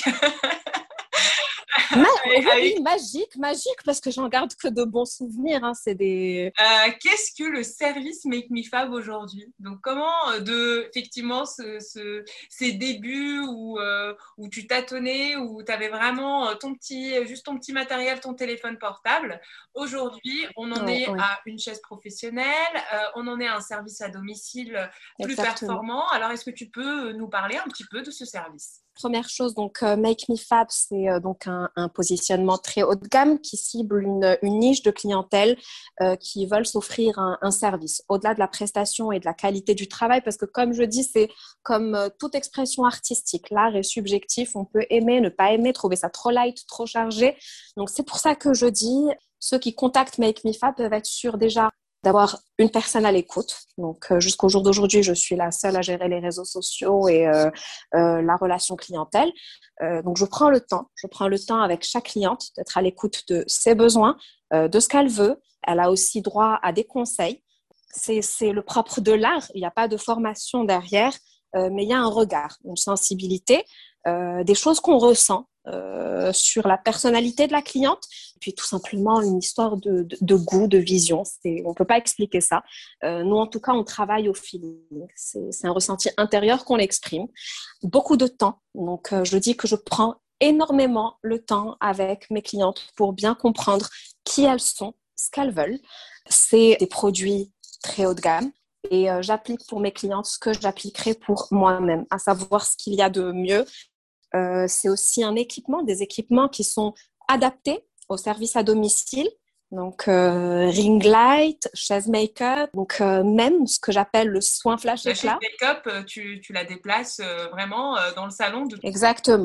Speaker 3: Oui, magique, parce que j'en garde que de bons souvenirs. Hein, c'est des...
Speaker 2: Qu'est-ce que le service Make Me Fab aujourd'hui? Donc, comment, effectivement, ces débuts où tu tâtonnais, où tu avais vraiment juste ton petit matériel, ton téléphone portable, aujourd'hui, on en est à une chaise professionnelle, on en est à un service à domicile plus performant. Alors, est-ce que tu peux nous parler un petit peu de ce service?
Speaker 3: Première chose, donc Make Me Fab, c'est donc un positionnement très haut de gamme qui cible une niche de clientèle qui veulent s'offrir un service au-delà de la prestation et de la qualité du travail, parce que comme je dis, c'est comme toute expression artistique. L'art est subjectif, on peut aimer, ne pas aimer, trouver ça trop light, trop chargé. Donc c'est pour ça que je dis, ceux qui contactent Make Me Fab peuvent être sûrs déjà d'avoir une personne à l'écoute. Donc, jusqu'au jour d'aujourd'hui, je suis la seule à gérer les réseaux sociaux et la relation clientèle. Donc, je prends le temps avec chaque cliente d'être à l'écoute de ses besoins, de ce qu'elle veut. Elle a aussi droit à des conseils. C'est le propre de l'art. Il n'y a pas de formation derrière, mais il y a un regard, une sensibilité, des choses qu'on ressent sur la personnalité de la cliente, puis tout simplement une histoire de goût, de vision. On ne peut pas expliquer ça. Nous, en tout cas, on travaille au feeling. C'est un ressenti intérieur qu'on exprime. Beaucoup de temps. Donc, je dis que je prends énormément le temps avec mes clientes pour bien comprendre qui elles sont, ce qu'elles veulent. C'est des produits très haut de gamme. Et j'applique pour mes clientes ce que j'appliquerai pour moi-même, à savoir ce qu'il y a de mieux. C'est aussi des équipements qui sont adaptés au service à domicile. Donc, ring light, chaise make-up, donc même ce que j'appelle le soin flash éclat.
Speaker 2: La chaise make-up, tu la déplaces vraiment dans le salon
Speaker 3: Exactement.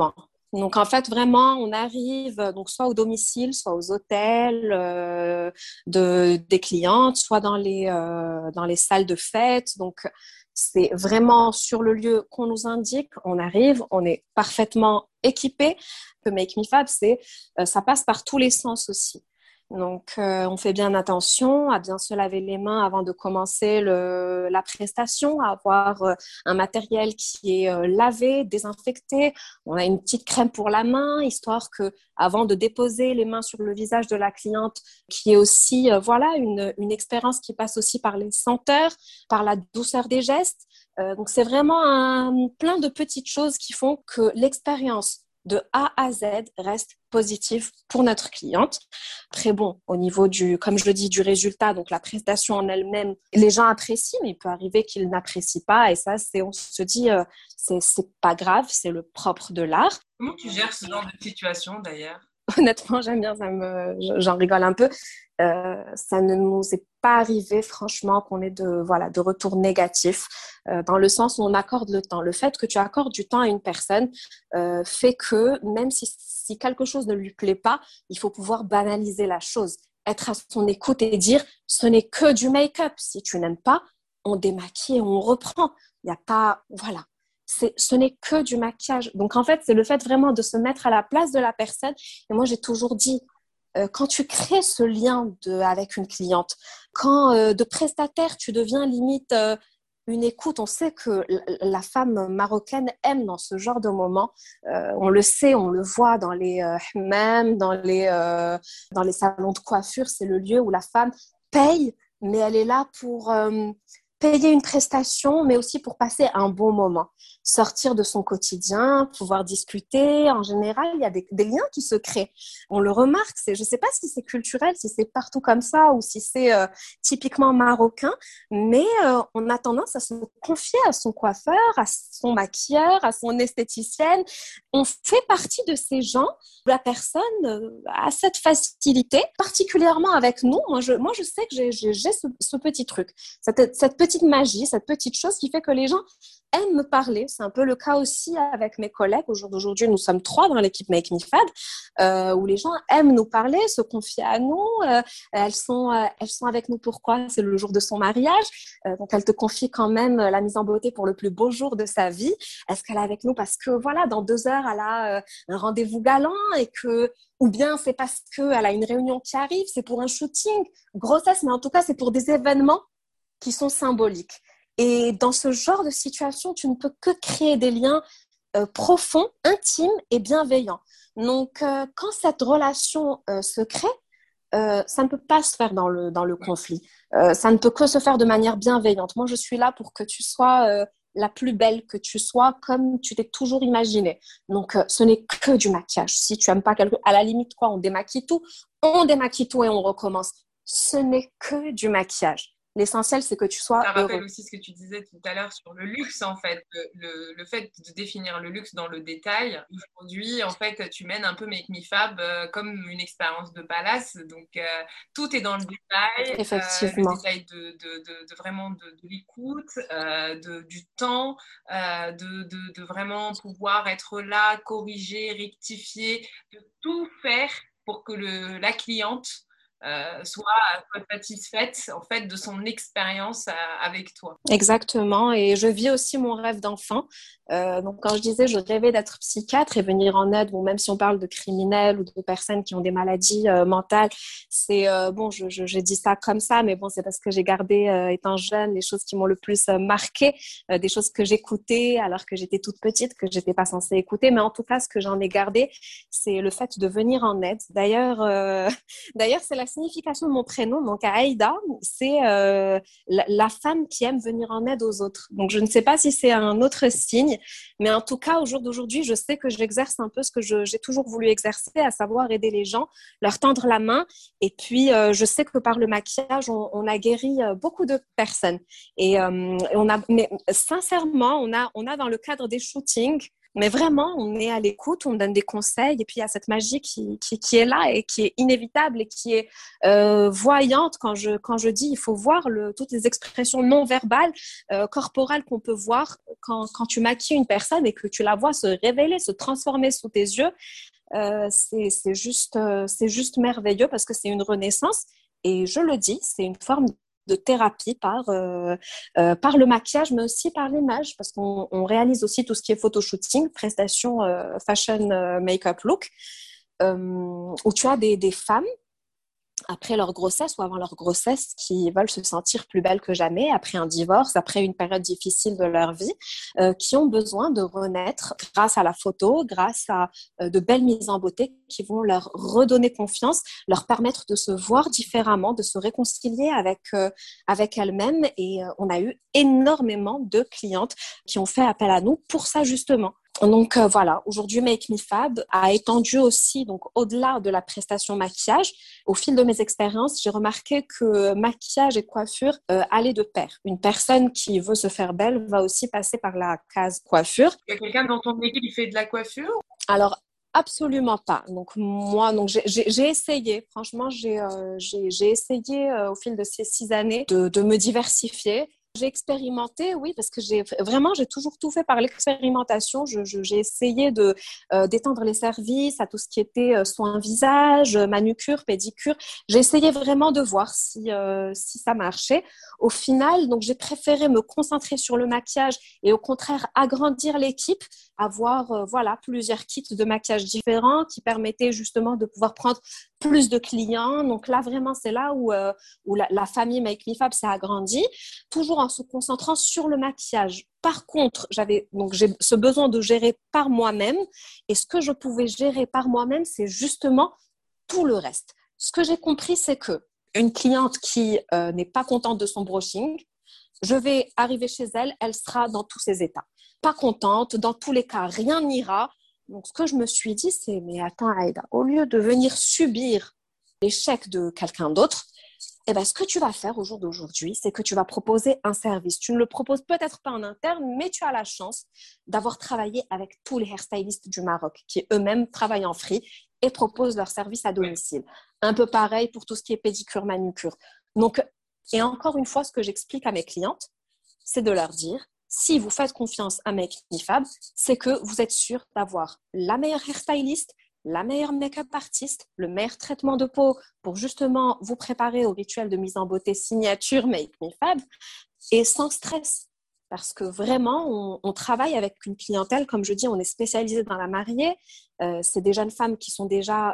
Speaker 3: Donc, en fait, vraiment, on arrive donc soit au domicile, soit aux hôtels des clientes, soit dans les salles de fête. Donc, c'est vraiment sur le lieu qu'on nous indique. On arrive, on est parfaitement équipé. Le Make Me Fab, ça passe par tous les sens aussi. Donc, on fait bien attention à bien se laver les mains avant de commencer la prestation, à avoir un matériel qui est lavé, désinfecté. On a une petite crème pour la main, histoire que, avant de déposer les mains sur le visage de la cliente, qui est aussi, voilà, une expérience qui passe aussi par les senteurs, par la douceur des gestes. Donc, c'est vraiment plein de petites choses qui font que l'expérience de A à Z reste positive pour notre cliente. Très bon au niveau comme je le dis, du résultat, donc la prestation en elle-même, les gens apprécient, mais il peut arriver qu'ils n'apprécient pas, et ça, on se dit, c'est pas grave, c'est le propre de l'art.
Speaker 2: Comment tu gères ce genre de situation d'ailleurs?
Speaker 3: Honnêtement, j'aime bien, j'en rigole un peu. Ça ne nous est pas arrivé, franchement, qu'on ait de retours négatifs, dans le sens où on accorde le temps. Le fait que tu accordes du temps à une personne fait que même si quelque chose ne lui plaît pas, il faut pouvoir banaliser la chose, être à son écoute et dire ce n'est que du make-up. Si tu n'aimes pas, on démaquille et on reprend. Il n'y a pas, voilà. Ce n'est que du maquillage. Donc, en fait, c'est le fait vraiment de se mettre à la place de la personne. Et moi, j'ai toujours dit, quand tu crées ce lien avec une cliente, quand de prestataire, tu deviens limite une écoute, on sait que la femme marocaine aime dans ce genre de moment. On le sait, on le voit dans les hammams, dans les salons de coiffure. C'est le lieu où la femme paye, mais elle est là pour payer une prestation, mais aussi pour passer un bon moment, sortir de son quotidien, pouvoir discuter. En général, il y a des liens qui se créent. On le remarque, je ne sais pas si c'est culturel, si c'est partout comme ça ou si c'est typiquement marocain, mais on a tendance à se confier à son coiffeur, à son maquilleur, à son esthéticienne. On fait partie de ces gens où la personne a cette facilité, particulièrement avec nous. Moi, je sais que j'ai ce petit truc, cette petite magie, cette petite chose qui fait que les gens aiment me parler. C'est un peu le cas aussi avec mes collègues. Au jour d'aujourd'hui, nous sommes 3 dans l'équipe Make Me Fab, où les gens aiment nous parler, se confier à nous. Elles sont avec nous. Pourquoi? C'est le jour de son mariage. Donc, elle te confie quand même la mise en beauté pour le plus beau jour de sa vie. Est-ce qu'elle est avec nous parce que, voilà, dans 2 heures, elle a un rendez-vous galant ou bien c'est parce qu'elle a une réunion qui arrive, c'est pour un shooting, grossesse, mais en tout cas, c'est pour des événements qui sont symboliques. Et dans ce genre de situation, tu ne peux que créer des liens profonds, intimes et bienveillants. Donc, quand cette relation se crée, ça ne peut pas se faire dans le conflit. Ça ne peut que se faire de manière bienveillante. Moi, je suis là pour que tu sois la plus belle, que tu sois comme tu t'es toujours imaginée. Donc, ce n'est que du maquillage. Si tu n'aimes pas à la limite, on démaquille tout et on recommence. Ce n'est que du maquillage. L'essentiel, c'est que tu sois
Speaker 2: Ça rappelle
Speaker 3: heureux.
Speaker 2: aussi ce que tu disais tout à l'heure sur le luxe, en fait. Le fait de définir le luxe dans le détail. Aujourd'hui, en fait, tu mènes un peu Make Me Fab comme une expérience de palace. Donc, tout est dans le détail.
Speaker 3: Effectivement.
Speaker 2: Le détail vraiment de l'écoute, du temps, de vraiment pouvoir être là, corriger, rectifier, de tout faire pour que la cliente soit satisfaite en fait de son expérience avec toi.
Speaker 3: Exactement, et je vis aussi mon rêve d'enfant. Donc quand je disais je rêvais d'être psychiatre et venir en aide, bon, même si on parle de criminels ou de personnes qui ont des maladies mentales, c'est bon, je dis ça comme ça, mais bon, c'est parce que j'ai gardé étant jeune les choses qui m'ont le plus marqué, des choses que j'écoutais alors que j'étais toute petite, que j'étais pas censée écouter, mais en tout cas ce que j'en ai gardé, c'est le fait de venir en aide. D'ailleurs, c'est la signification de mon prénom, donc Aïda, c'est la femme qui aime venir en aide aux autres. Donc, je ne sais pas si c'est un autre signe, mais en tout cas, au jour d'aujourd'hui, je sais que j'exerce un peu ce que j'ai toujours voulu exercer, à savoir aider les gens, leur tendre la main. Et puis, je sais que par le maquillage, on a guéri beaucoup de personnes. Mais sincèrement, on a dans le cadre des shootings, Mais vraiment, on est à l'écoute, on me donne des conseils et puis il y a cette magie qui est là et qui est inévitable et qui est voyante quand je dis il faut voir toutes les expressions non verbales, corporelles qu'on peut voir quand tu maquilles une personne et que tu la vois se révéler, se transformer sous tes yeux. C'est juste merveilleux parce que c'est une renaissance et je le dis, c'est une forme de thérapie par le maquillage, mais aussi par l'image, parce qu'on réalise aussi tout ce qui est photoshooting, prestation fashion make-up look, où tu as des femmes après leur grossesse ou avant leur grossesse qui veulent se sentir plus belles que jamais, après un divorce, après une période difficile de leur vie, qui ont besoin de renaître grâce à la photo, grâce à de belles mises en beauté qui vont leur redonner confiance, leur permettre de se voir différemment, de se réconcilier avec elles-mêmes. Et on a eu énormément de clientes qui ont fait appel à nous pour ça justement. Donc voilà, aujourd'hui Make Me Fab a étendu aussi, donc au-delà de la prestation maquillage. Au fil de mes expériences, j'ai remarqué que maquillage et coiffure allaient de pair. Une personne qui veut se faire belle va aussi passer par la case coiffure.
Speaker 2: Il y a quelqu'un dans ton équipe qui fait de la coiffure?
Speaker 3: Alors absolument pas. Donc moi, j'ai essayé. Franchement, j'ai essayé au fil de ces 6 années de me diversifier. J'ai expérimenté, oui, parce que j'ai toujours tout fait par l'expérimentation. J'ai essayé d'étendre les services à tout ce qui était soins visage, manucure, pédicure. J'ai essayé vraiment de voir si ça marchait. Au final, donc j'ai préféré me concentrer sur le maquillage et au contraire agrandir l'équipe, avoir plusieurs kits de maquillage différents qui permettaient justement de pouvoir prendre plus de clients. Donc là, vraiment, c'est là où la famille Make Me Fab s'est agrandie, toujours en se concentrant sur le maquillage. Par contre, j'ai ce besoin de gérer par moi-même et ce que je pouvais gérer par moi-même, c'est justement tout le reste. Ce que j'ai compris, c'est que une cliente qui n'est pas contente de son brushing, je vais arriver chez elle, elle sera dans tous ses états. Pas contente, dans tous les cas, rien n'ira. Donc, ce que je me suis dit, c'est, mais attends, Aïda, au lieu de venir subir l'échec de quelqu'un d'autre, eh ben, ce que tu vas faire au jour d'aujourd'hui, c'est que tu vas proposer un service. Tu ne le proposes peut-être pas en interne, mais tu as la chance d'avoir travaillé avec tous les hairstylistes du Maroc qui eux-mêmes travaillent en free et proposent leur service à domicile. Un peu pareil pour tout ce qui est pédicure, manucure. Donc, et encore une fois, ce que j'explique à mes clientes, c'est de leur dire, si vous faites confiance à Make Me Fab, c'est que vous êtes sûr d'avoir la meilleure hairstyliste, la meilleure make-up artiste, le meilleur traitement de peau pour justement vous préparer au rituel de mise en beauté signature Make Me Fab et sans stress. Parce que vraiment, on travaille avec une clientèle, comme je dis, on est spécialisé dans la mariée. C'est des jeunes femmes qui sont déjà,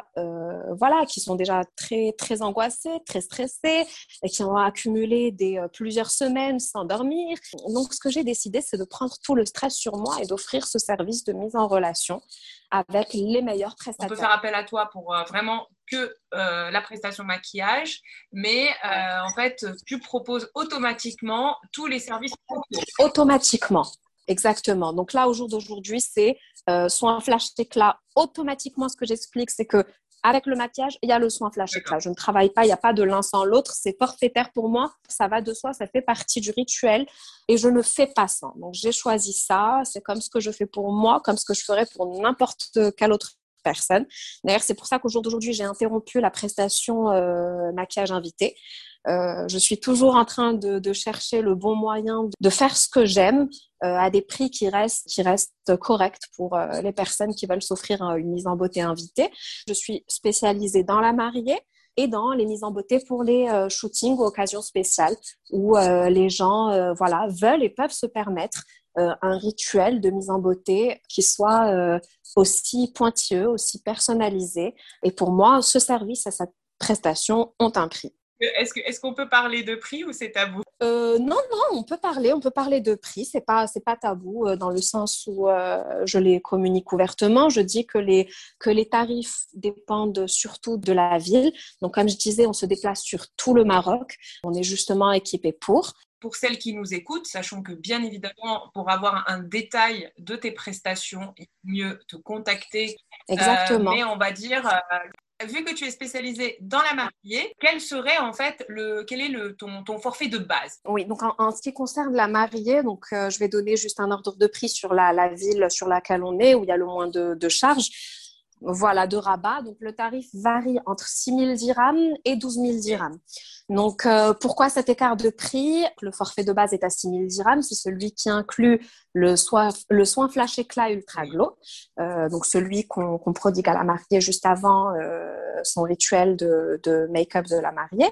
Speaker 3: très, très angoissées, très stressées et qui ont accumulé plusieurs semaines sans dormir. Donc, ce que j'ai décidé, c'est de prendre tout le stress sur moi et d'offrir ce service de mise en relation avec les meilleurs prestataires.
Speaker 2: On peut faire appel à toi pour vraiment que la prestation maquillage, mais en fait, tu proposes automatiquement tous les services.
Speaker 3: Automatiquement, exactement. Donc là, au jour d'aujourd'hui, c'est soin flash éclat. Automatiquement, ce que j'explique, c'est que avec le maquillage, il y a le soin flash éclat. Je ne travaille pas, il n'y a pas de l'un sans l'autre. C'est forfaitaire pour moi. Ça va de soi, ça fait partie du rituel et je ne fais pas sans. Donc, j'ai choisi ça. C'est comme ce que je fais pour moi, comme ce que je ferais pour n'importe quelle autre personne. D'ailleurs, c'est pour ça qu'au jour d'aujourd'hui, j'ai interrompu la prestation maquillage invité. Je suis toujours en train de chercher le bon moyen de faire ce que j'aime à des prix qui restent corrects pour les personnes qui veulent s'offrir une mise en beauté invitée. Je suis spécialisée dans la mariée et dans les mises en beauté pour les shootings ou occasions spéciales où les gens veulent et peuvent se permettre un rituel de mise en beauté qui soit aussi pointilleux, aussi personnalisé. Et pour moi, ce service et cette prestation ont un prix.
Speaker 2: Est-ce qu'on peut parler de prix ou c'est tabou?
Speaker 3: Non, on peut parler de prix. C'est pas tabou dans le sens où je les communique ouvertement. Je dis que les tarifs dépendent surtout de la ville. Donc, comme je disais, on se déplace sur tout le Maroc. On est justement équipé pour.
Speaker 2: Pour celles qui nous écoutent, sachant que bien évidemment, pour avoir un détail de tes prestations, il est mieux te contacter.
Speaker 3: Exactement.
Speaker 2: Mais on va dire vu que tu es spécialisée dans la mariée, quel serait en fait ton forfait de base?
Speaker 3: Oui, donc en ce qui concerne la mariée, donc je vais donner juste un ordre de prix sur la ville sur laquelle on est, où il y a le moins de charges. Voilà, de Rabat. Donc, le tarif varie entre 6 000 dirhams et 12 000 dirhams. Donc, pourquoi cet écart de prix? Le forfait de base est à 6 000 dirhams. C'est celui qui inclut le soin flash éclat ultra glow. Donc, celui qu'on prodigue à la mariée juste avant son rituel de make-up de la mariée.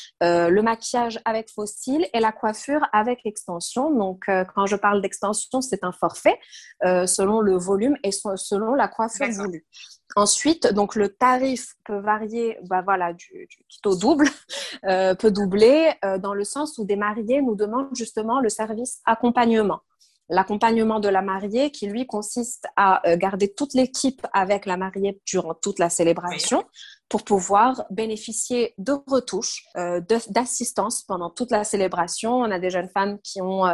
Speaker 3: Le maquillage avec faux cils et la coiffure avec extension. Donc, quand je parle d'extension, c'est un forfait selon le volume et selon la coiffure voulue. Ensuite, donc le tarif peut varier, quitte au double, peut doubler dans le sens où des mariés nous demandent justement le service accompagnement. L'accompagnement de la mariée qui, lui, consiste à garder toute l'équipe avec la mariée durant toute la célébration pour pouvoir bénéficier de retouches, d'assistance pendant toute la célébration. On a des jeunes femmes qui ont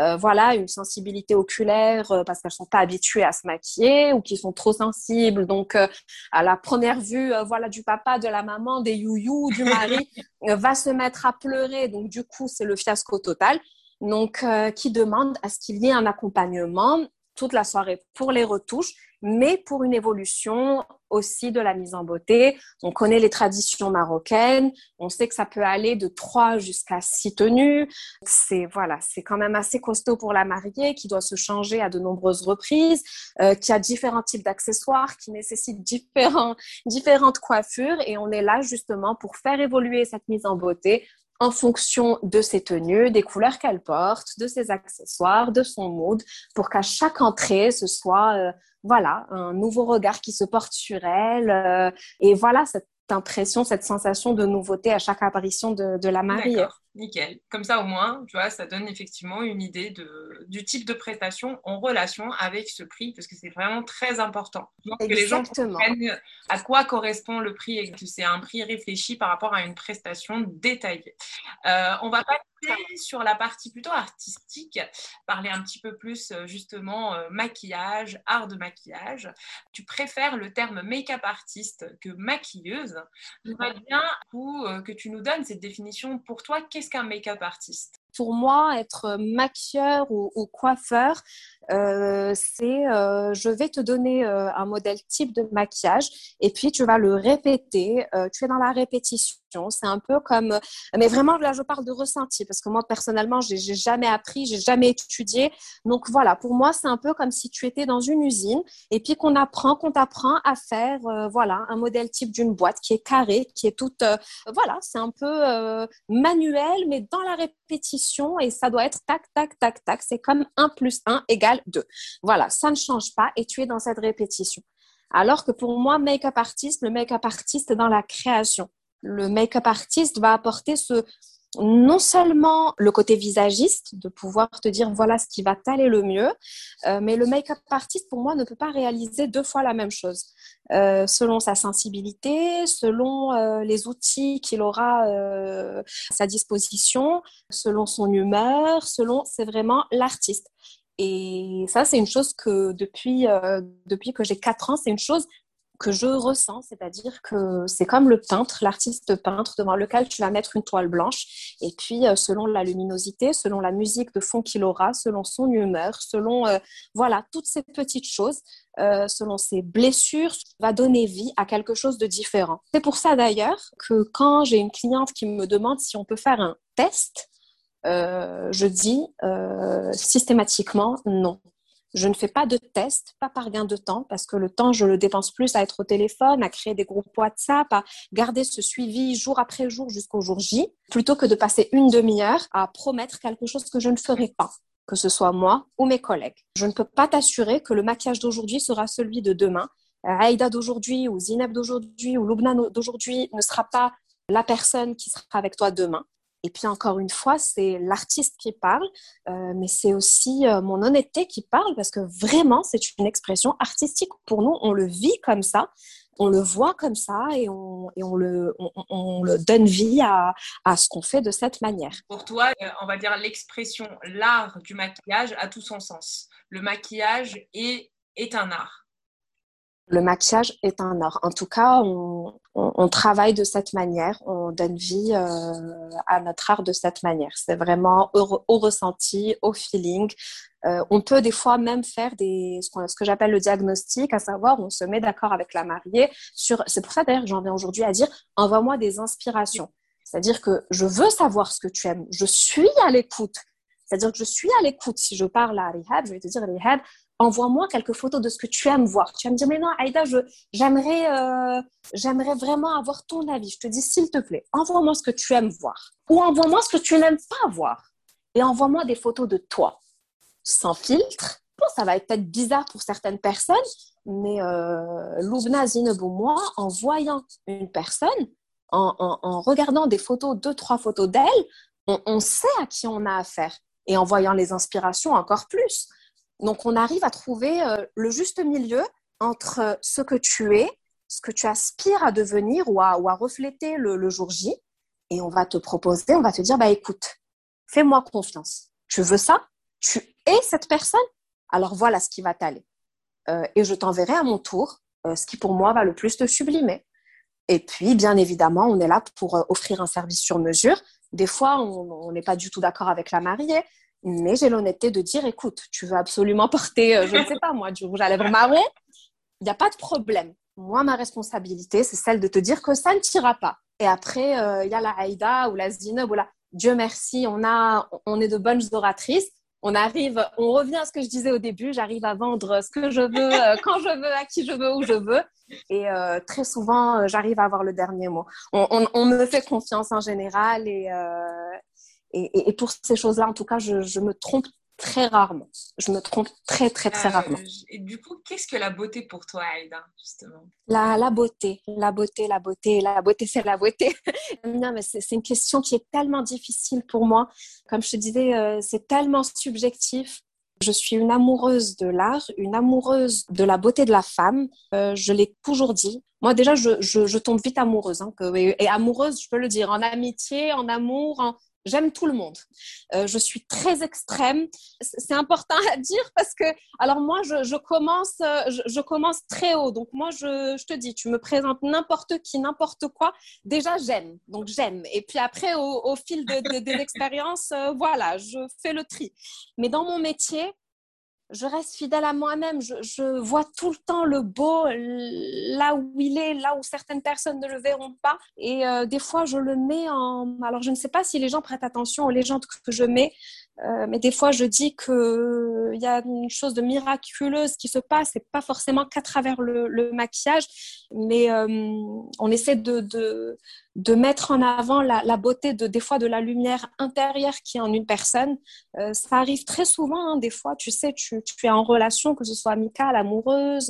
Speaker 3: une sensibilité oculaire parce qu'elles sont pas habituées à se maquiller ou qui sont trop sensibles. Donc, à la première vue du papa, de la maman, des youyou, du mari, va se mettre à pleurer. Donc, du coup, c'est le fiasco total. Donc, qui demande à ce qu'il y ait un accompagnement toute la soirée pour les retouches, mais pour une évolution aussi de la mise en beauté. On connaît les traditions marocaines, on sait que ça peut aller de 3 jusqu'à 6 tenues. C'est quand même assez costaud pour la mariée qui doit se changer à de nombreuses reprises, qui a différents types d'accessoires, qui nécessitent différentes coiffures et on est là justement pour faire évoluer cette mise en beauté en fonction de ses tenues, des couleurs qu'elle porte, de ses accessoires, de son mood, pour qu'à chaque entrée, ce soit un nouveau regard qui se porte sur elle. Et voilà, cette impression, cette sensation de nouveauté à chaque apparition de la mariée.
Speaker 2: D'accord, nickel. Comme ça, au moins, tu vois, ça donne effectivement une idée du type de prestation en relation avec ce prix, parce que c'est vraiment très important. Donc, que les gens comprennent à quoi correspond le prix et que c'est un prix réfléchi par rapport à une prestation détaillée. On va passer sur la partie plutôt artistique, parler un petit peu plus justement maquillage, art de maquillage. Tu préfères le terme make-up artiste que maquilleuse. J'aimerais bien que tu nous donnes cette définition. Pour toi, qu'est-ce qu'un make-up artiste?
Speaker 3: Pour moi, être maquilleur ou coiffeur, je vais te donner un modèle type de maquillage et puis tu vas le répéter. Tu es dans la répétition. C'est un peu comme, mais vraiment là, je parle de ressenti parce que moi personnellement, j'ai jamais appris, j'ai jamais étudié. Donc voilà, pour moi, c'est un peu comme si tu étais dans une usine et puis qu'on t'apprend à faire, un modèle type d'une boîte qui est carrée, qui est toute, c'est un peu manuel, mais dans la répétition. Et ça doit être tac, tac, tac, tac. C'est comme 1 + 1 = 2. Voilà, ça ne change pas et tu es dans cette répétition. Alors que pour moi, make-up artiste, le make-up artiste est dans la création. Le make-up artiste va apporter non seulement le côté visagiste, de pouvoir te dire voilà ce qui va t'aller le mieux, mais le make-up artiste pour moi ne peut pas réaliser 2 fois la même chose. Selon sa sensibilité, selon les outils qu'il aura à sa disposition, selon son humeur, c'est vraiment l'artiste. Et ça, c'est une chose que depuis que j'ai 4 ans, c'est une chose que je ressens, c'est-à-dire que c'est comme le peintre, l'artiste peintre devant lequel tu vas mettre une toile blanche et puis selon la luminosité, selon la musique de fond qu'il aura, selon son humeur, selon toutes ces petites choses, selon ses blessures, va donner vie à quelque chose de différent. C'est pour ça d'ailleurs que quand j'ai une cliente qui me demande si on peut faire un test, je dis systématiquement non. Je ne fais pas de test, pas par gain de temps, parce que le temps, je le dépense plus à être au téléphone, à créer des groupes WhatsApp, à garder ce suivi jour après jour jusqu'au jour J, plutôt que de passer une demi-heure à promettre quelque chose que je ne ferai pas, que ce soit moi ou mes collègues. Je ne peux pas t'assurer que le maquillage d'aujourd'hui sera celui de demain. Aïda d'aujourd'hui ou Zineb d'aujourd'hui ou Loubna d'aujourd'hui ne sera pas la personne qui sera avec toi demain. Et puis encore une fois, c'est l'artiste qui parle, mais c'est aussi mon honnêteté qui parle parce que vraiment, c'est une expression artistique. Pour nous, on le vit comme ça, on le voit comme ça et on le donne vie à ce qu'on fait de cette manière.
Speaker 2: Pour toi, on va dire l'expression, l'art du maquillage a tout son sens. Le maquillage est un art.
Speaker 3: Le maquillage est un art. En tout cas, on travaille de cette manière, on donne vie à notre art de cette manière. C'est vraiment au ressenti, au feeling. On peut des fois même faire ce que j'appelle le diagnostic, à savoir on se met d'accord avec la mariée sur. C'est pour ça d'ailleurs que j'en viens aujourd'hui à dire envoie-moi des inspirations. C'est-à-dire que je veux savoir ce que tu aimes. Je suis à l'écoute. C'est-à-dire que je suis à l'écoute. Si je parle à Rihab, je vais te dire Rihab, envoie-moi quelques photos de ce que tu aimes voir. Tu vas me dire, mais non, Aïda, j'aimerais vraiment avoir ton avis. Je te dis, s'il te plaît, envoie-moi ce que tu aimes voir. Ou envoie-moi ce que tu n'aimes pas voir. Et envoie-moi des photos de toi, sans filtre. Bon, ça va être peut-être bizarre pour certaines personnes, mais Loubna, Zineb ou moi, en voyant une personne, en regardant des photos, 2-3 photos d'elle, on sait à qui on a affaire. Et en voyant les inspirations, encore plus. Donc, on arrive à trouver le juste milieu entre ce que tu es, ce que tu aspires à devenir ou à refléter le jour J. Et on va te proposer, on va te dire, bah écoute, fais-moi confiance. Tu veux ça? Tu es cette personne? Alors voilà ce qui va t'aller. Et je t'enverrai à mon tour ce qui pour moi va le plus te sublimer. Et puis, bien évidemment, on est là pour offrir un service sur mesure. Des fois, on n'est pas du tout d'accord avec la mariée, mais j'ai l'honnêteté de dire, écoute, tu veux absolument porter, je ne sais pas moi, du rouge à lèvres marron, il n'y a pas de problème. Moi, ma responsabilité, c'est celle de te dire que ça ne t'ira pas. Et après, il y a la Aïda ou la Zineb ou la... Dieu merci, on est de bonnes oratrices. On revient à ce que je disais au début, j'arrive à vendre ce que je veux, quand je veux, à qui je veux, où je veux. Et très souvent, j'arrive à avoir le dernier mot. On me fait confiance en général et pour ces choses-là, en tout cas, je me trompe très rarement. Je me trompe très, très, très rarement.
Speaker 2: Et du coup, qu'est-ce que la beauté pour toi, Aïda, justement?
Speaker 3: La beauté, c'est la beauté. Non, mais c'est une question qui est tellement difficile pour moi. Comme je te disais, c'est tellement subjectif. Je suis une amoureuse de l'art, une amoureuse de la beauté de la femme. Je l'ai toujours dit. Moi, déjà, je tombe vite amoureuse. Hein, et amoureuse, je peux le dire, en amitié, en amour, j'aime tout le monde. Je suis très extrême. C'est important à dire parce que, alors moi, je commence très haut. Donc moi, je te dis, tu me présentes n'importe qui, n'importe quoi. Déjà, j'aime. Donc j'aime. Et puis après, au fil des expériences, voilà, je fais le tri. Mais dans mon métier, je reste fidèle à moi-même. Je vois tout le temps le beau là où il est, là où certaines personnes ne le verront pas. Et des fois, je le mets en... Alors, je ne sais pas si les gens prêtent attention aux légendes que je mets, mais des fois, je dis qu'il y a une chose de miraculeuse qui se passe, et pas forcément qu'à travers le maquillage, mais on essaie de mettre en avant la beauté des fois de la lumière intérieure qui est en une personne. Ça arrive très souvent, hein, des fois, tu sais, tu es en relation, que ce soit amicale, amoureuse,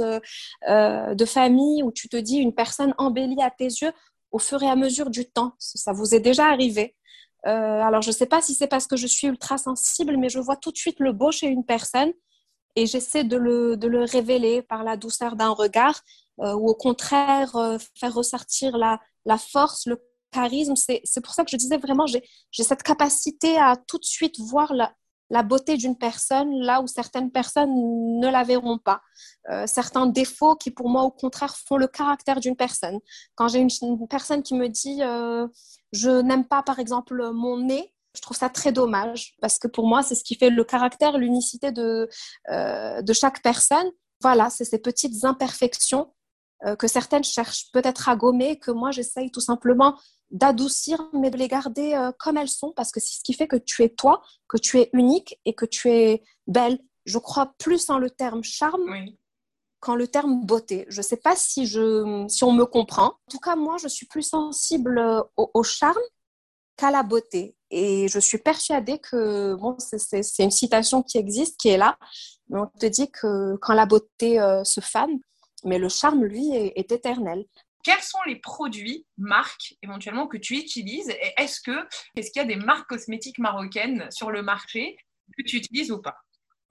Speaker 3: de famille, où tu te dis une personne embellie à tes yeux au fur et à mesure du temps. Ça vous est déjà arrivé? Alors, je ne sais pas si c'est parce que je suis ultra sensible, mais je vois tout de suite le beau chez une personne et j'essaie de le révéler par la douceur d'un regard ou au contraire faire ressortir la force, le charisme. C'est pour ça que je disais vraiment, j'ai cette capacité à tout de suite voir la beauté d'une personne là où certaines personnes ne la verront pas. Certains défauts qui pour moi au contraire font le caractère d'une personne. Quand j'ai une personne qui me dit je n'aime pas par exemple mon nez, je trouve ça très dommage parce que pour moi c'est ce qui fait le caractère, l'unicité de chaque personne. Voilà, c'est ces petites imperfections que certaines cherchent peut-être à gommer, que moi j'essaye tout simplement d'adoucir, mais de les garder comme elles sont, parce que c'est ce qui fait que tu es toi, que tu es unique et que tu es belle. Je crois plus en le terme charme qu'en le terme beauté. Je ne sais pas si on me comprend. En tout cas, moi, je suis plus sensible au charme qu'à la beauté. Et je suis persuadée que, bon, c'est une citation qui existe, qui est là, mais on te dit que quand la beauté se fane, mais le charme, lui, est éternel.
Speaker 2: Quels sont les produits, marques, éventuellement, que tu utilises? Et est-ce qu'il y a des marques cosmétiques marocaines sur le marché que tu utilises ou pas?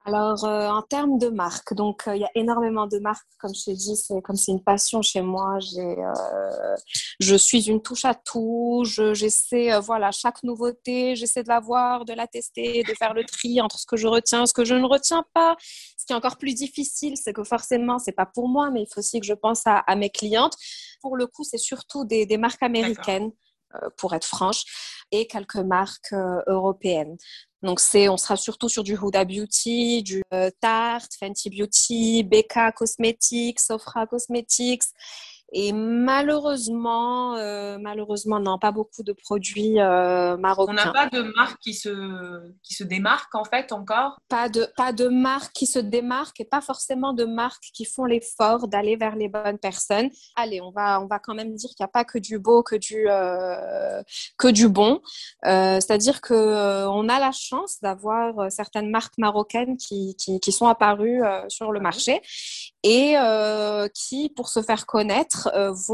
Speaker 3: Alors, en termes de marques, donc il y a énormément de marques, comme je t'ai dit, c'est une passion chez moi. Je suis une touche à tout. J'essaie, voilà, chaque nouveauté, j'essaie de la voir, de la tester, de faire le tri entre ce que je retiens, ce que je ne retiens pas. Ce qui est encore plus difficile, c'est que forcément, c'est pas pour moi, mais il faut aussi que je pense à mes clientes. Pour le coup, c'est surtout des marques
Speaker 2: D'accord.
Speaker 3: américaines, pour être franche, et quelques marques européennes. Donc, on sera surtout sur du Huda Beauty, du Tarte, Fenty Beauty, Becca Cosmetics, Sofra Cosmetics. Et malheureusement, non, pas beaucoup de produits
Speaker 2: On n'a
Speaker 3: marocains.
Speaker 2: pas de marque qui se démarque en fait encore.
Speaker 3: Pas de marques qui se démarquent et pas forcément de marques qui font l'effort d'aller vers les bonnes personnes. Allez, on va quand même dire qu'il n'y a pas que du beau, que du bon. C'est-à-dire que on a la chance d'avoir certaines marques marocaines qui sont apparues sur le marché et qui, pour se faire connaître,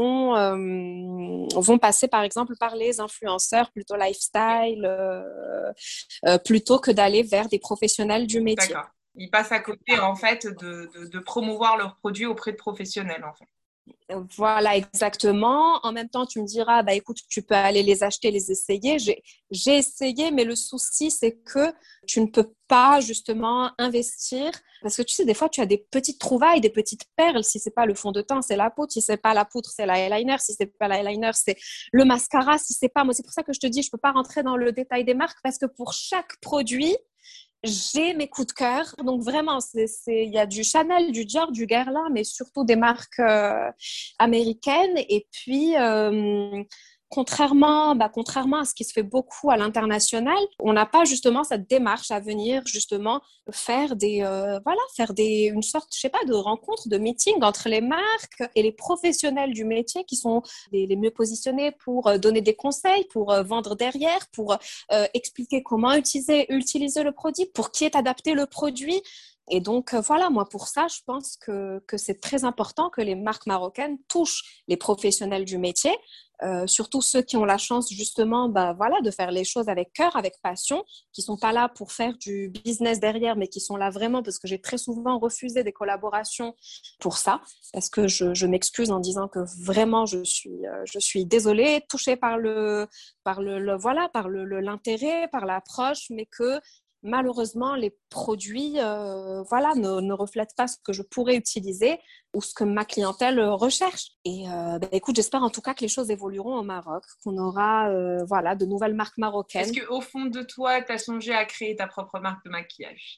Speaker 3: vont passer par exemple par les influenceurs plutôt lifestyle, plutôt que d'aller vers des professionnels du métier.
Speaker 2: D'accord. Ils passent à côté en fait de promouvoir leurs produits auprès de professionnels en fait.
Speaker 3: Voilà, exactement. En même temps, tu me diras, bah écoute, tu peux aller les acheter, les essayer. J'ai essayé, mais le souci, c'est que tu ne peux pas justement investir parce que tu sais, des fois, tu as des petites trouvailles, des petites perles. Si c'est pas le fond de teint, c'est la poudre. Si c'est pas la poudre, c'est l'eyeliner. Si c'est pas l'eyeliner, c'est le mascara. Si c'est pas, moi, c'est pour ça que je te dis, je peux pas rentrer dans le détail des marques parce que pour chaque produit, j'ai mes coups de cœur. Donc vraiment, il y a du Chanel, du Dior, du Guerlain, mais surtout des marques américaines. Et puis, contrairement à ce qui se fait beaucoup à l'international, on n'a pas justement cette démarche à venir justement faire une sorte, je sais pas, de rencontre, de meeting entre les marques et les professionnels du métier qui sont les mieux positionnés pour donner des conseils, pour vendre derrière, pour expliquer comment utiliser le produit, pour qui est adapté le produit. Et donc, voilà, moi, pour ça, je pense que c'est très important que les marques marocaines touchent les professionnels du métier, surtout ceux qui ont la chance, justement, voilà, de faire les choses avec cœur, avec passion, qui ne sont pas là pour faire du business derrière, mais qui sont là vraiment parce que j'ai très souvent refusé des collaborations pour ça, parce que je m'excuse en disant que vraiment, je suis désolée, touchée l'intérêt, par l'approche, mais que malheureusement, les produits ne reflètent pas ce que je pourrais utiliser ou ce que ma clientèle recherche. Et écoute, j'espère en tout cas que les choses évolueront au Maroc, qu'on aura de nouvelles marques
Speaker 2: Est-ce
Speaker 3: marocaines.
Speaker 2: qu'au fond de toi, tu as songé à créer ta propre marque de maquillage?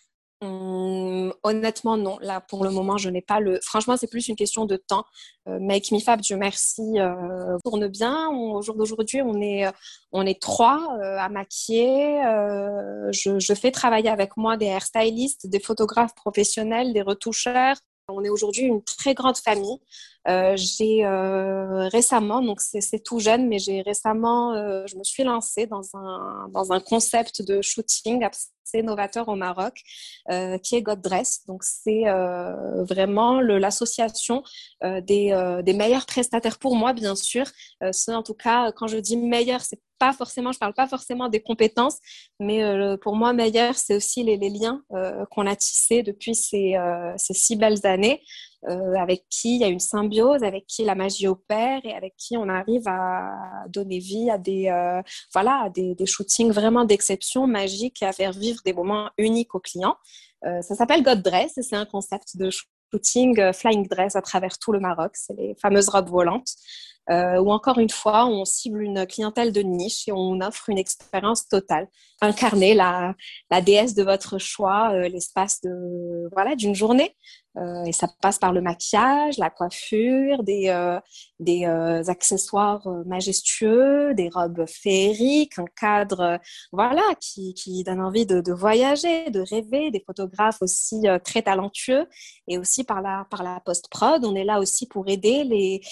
Speaker 3: Honnêtement, non. Là, pour le moment, je n'ai pas le. Franchement, c'est plus une question de temps. Make Me Fab, Dieu merci, tourne bien. Au jour d'aujourd'hui, on est trois à maquiller. Je fais travailler avec moi des hairstylistes, des photographes professionnels, des retoucheurs. On est aujourd'hui une très grande famille. J'ai récemment, donc c'est tout jeune, mais je me suis lancée dans un concept de shooting assez novateur au Maroc, qui est God Dress. Donc c'est vraiment l'association des meilleurs prestataires pour moi, bien sûr. En tout cas, quand je dis meilleurs, je parle pas forcément des compétences, mais pour moi, meilleur, c'est aussi les liens qu'on a tissés depuis ces 6 belles années, avec qui il y a une symbiose, avec qui la magie opère et avec qui on arrive à donner vie à des shootings vraiment d'exception, magiques et à faire vivre des moments uniques aux clients. Ça s'appelle God Dress et c'est un concept de shooting flying dress à travers tout le Maroc. C'est les fameuses robes volantes. Où encore une fois, on cible une clientèle de niche et on offre une expérience totale. Incarner la déesse de votre choix, l'espace d'une journée. Et ça passe par le maquillage, la coiffure, des accessoires majestueux, des robes féeriques, un cadre qui donne envie de voyager, de rêver, des photographes aussi très talentueux et aussi par la post-prod. On est là aussi pour aider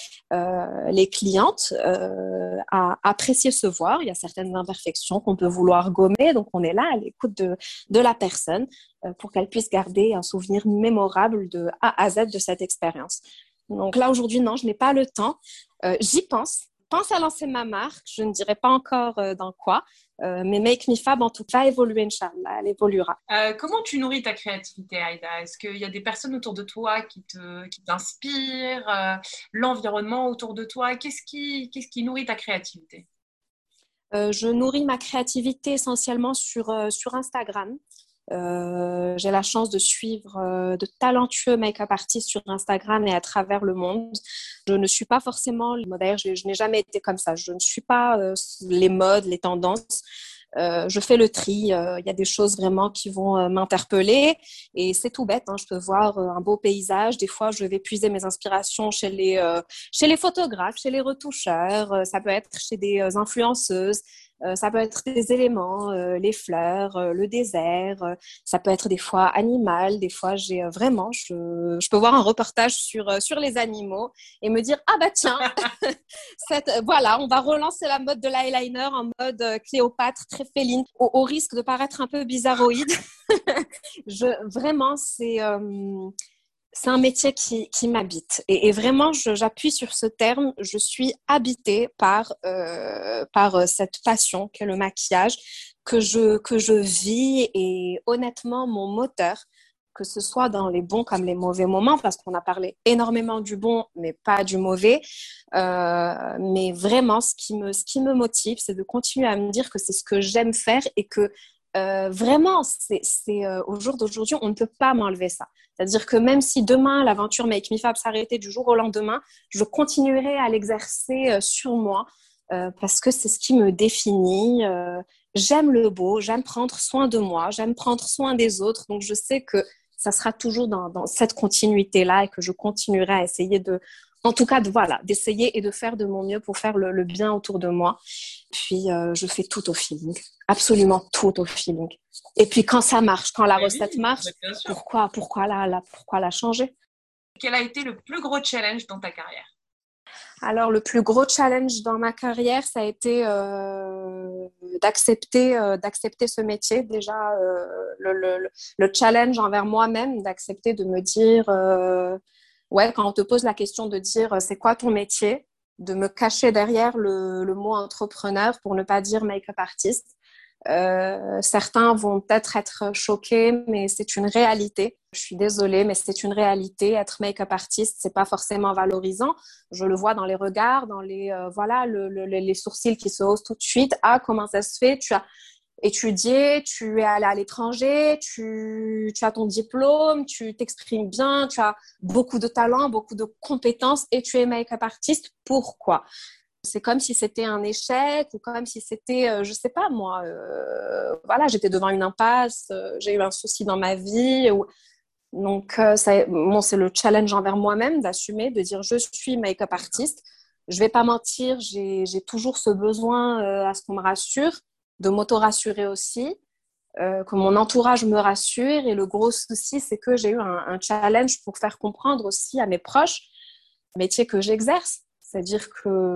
Speaker 3: les clientes à apprécier se voir. Il y a certaines imperfections qu'on peut vouloir gommer, donc on est là à l'écoute de la personne pour qu'elle puisse garder un souvenir mémorable de A à Z de cette expérience. Donc là, aujourd'hui, non, je n'ai pas le temps. J'y pense. pense à lancer ma marque. Je ne dirais pas encore dans quoi, mais Make Me Fab, en tout cas, va évoluer, Inch'Allah. Elle évoluera.
Speaker 2: Comment tu nourris ta créativité, Aïda? Est-ce qu'il y a des personnes autour de toi qui t'inspirent, l'environnement autour de toi? Qu'est-ce qui nourrit ta créativité?
Speaker 3: Je nourris ma créativité essentiellement sur Instagram. J'ai la chance de suivre de talentueux make-up artistes sur Instagram et à travers le monde. Je ne suis pas forcément, d'ailleurs, je n'ai jamais été comme ça. Je ne suis pas les modes, les tendances. Je fais le tri. Il y a des choses vraiment qui vont m'interpeller et c'est tout bête. Hein. Je peux voir un beau paysage. Des fois, je vais puiser mes inspirations chez les photographes, chez les retoucheurs. Ça peut être chez des influenceuses. Ça peut être des éléments, les fleurs, le désert. Ça peut être des fois animal. Des fois, je peux voir un reportage sur les animaux et me dire, ah bah tiens, voilà, on va relancer la mode de l'eyeliner en mode Cléopâtre, très féline, au risque de paraître un peu bizarroïde. Vraiment, c'est un métier qui m'habite. Et vraiment, j'appuie sur ce terme. Je suis habitée par cette passion qu'est le maquillage, que je vis. Et honnêtement, mon moteur, que ce soit dans les bons comme les mauvais moments, parce qu'on a parlé énormément du bon, mais pas du mauvais. Mais vraiment, ce qui me motive, c'est de continuer à me dire que c'est ce que j'aime faire et que vraiment, au jour d'aujourd'hui, on ne peut pas m'enlever ça. C'est-à-dire que même si demain, l'aventure Make Me Fab s'arrêtait du jour au lendemain, je continuerai à l'exercer sur moi parce que c'est ce qui me définit. J'aime le beau, j'aime prendre soin de moi, j'aime prendre soin des autres. Donc, je sais que ça sera toujours dans cette continuité-là et que je continuerai à essayer en tout cas, d'essayer et de faire de mon mieux pour faire le bien autour de moi. Puis, je fais tout au feeling. Absolument tout au feeling. Et puis, quand ça marche, quand la recette marche, pourquoi la changer?
Speaker 2: Quel a été le plus gros challenge dans ta carrière?
Speaker 3: Alors, le plus gros challenge dans ma carrière, ça a été d'accepter ce métier. Déjà, le challenge envers moi-même, d'accepter de me dire, quand on te pose la question de dire c'est quoi ton métier, de me cacher derrière le mot entrepreneur pour ne pas dire make-up artist. Certains vont peut-être être choqués, mais c'est une réalité. Je suis désolée, mais c'est une réalité. Être make-up artiste, c'est pas forcément valorisant. Je le vois dans les regards, dans les sourcils qui se haussent tout de suite. Ah, comment ça se fait? Tu as étudié, tu es allé à l'étranger, tu as ton diplôme, tu t'exprimes bien, tu as beaucoup de talent, beaucoup de compétences et tu es make-up artiste. Pourquoi? C'est comme si c'était un échec ou comme si c'était, je sais pas moi, j'étais devant une impasse, j'ai eu un souci dans ma vie. Donc, c'est le challenge envers moi-même d'assumer, de dire je suis make-up artiste. Je vais pas mentir, j'ai toujours ce besoin à ce qu'on me rassure, de m'auto-rassurer aussi, que mon entourage me rassure. Et le gros souci, c'est que j'ai eu un challenge pour faire comprendre aussi à mes proches le métier que j'exerce. C'est-à-dire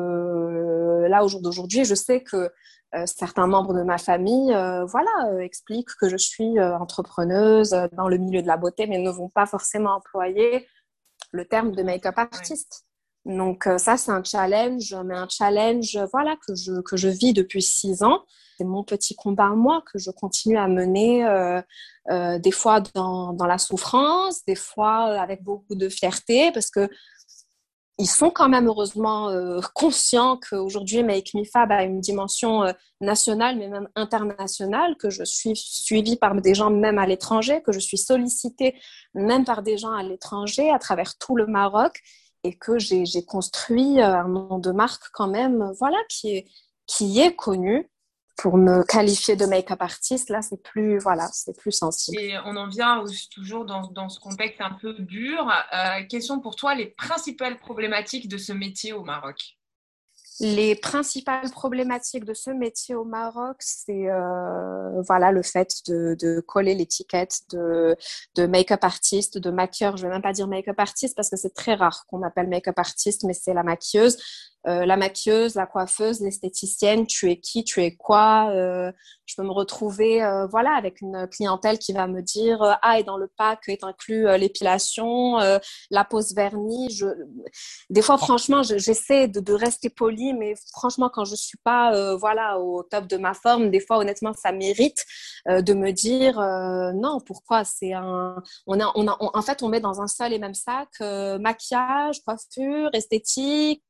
Speaker 3: que là, au jour d'aujourd'hui, je sais que certains membres de ma famille expliquent que je suis entrepreneuse dans le milieu de la beauté, mais ne vont pas forcément employer le terme de make-up artiste. Ouais. Donc ça, c'est un challenge, mais un challenge que je vis depuis 6 ans. C'est mon petit combat à moi que je continue à mener des fois dans la souffrance, des fois avec beaucoup de fierté, parce que ils sont quand même heureusement conscients qu'aujourd'hui Make Me Fab a une dimension nationale mais même internationale, que je suis suivie par des gens même à l'étranger, que je suis sollicitée même par des gens à l'étranger à travers tout le Maroc et que j'ai construit un nom de marque quand même qui est connu. Pour me qualifier de make-up artiste, là, c'est plus sensible.
Speaker 2: Et on en vient toujours dans ce contexte un peu dur. Quelles sont pour toi les principales problématiques de ce métier au Maroc?
Speaker 3: Les principales problématiques de ce métier au Maroc, c'est le fait de coller l'étiquette de make-up artiste, de maquilleur. Je ne vais même pas dire make-up artiste parce que c'est très rare qu'on appelle make-up artiste, mais c'est la maquilleuse. la maquilleuse, la coiffeuse, l'esthéticienne, tu es qui, tu es quoi. Je peux me retrouver avec une clientèle qui va me dire et dans le pack est inclus l'épilation, la pose vernis. Des fois, franchement, j'essaie de rester polie, mais franchement, quand je suis pas au top de ma forme, des fois, honnêtement, ça mérite de me dire non, pourquoi en fait, on met dans un seul et même sac maquillage, coiffure, esthétique,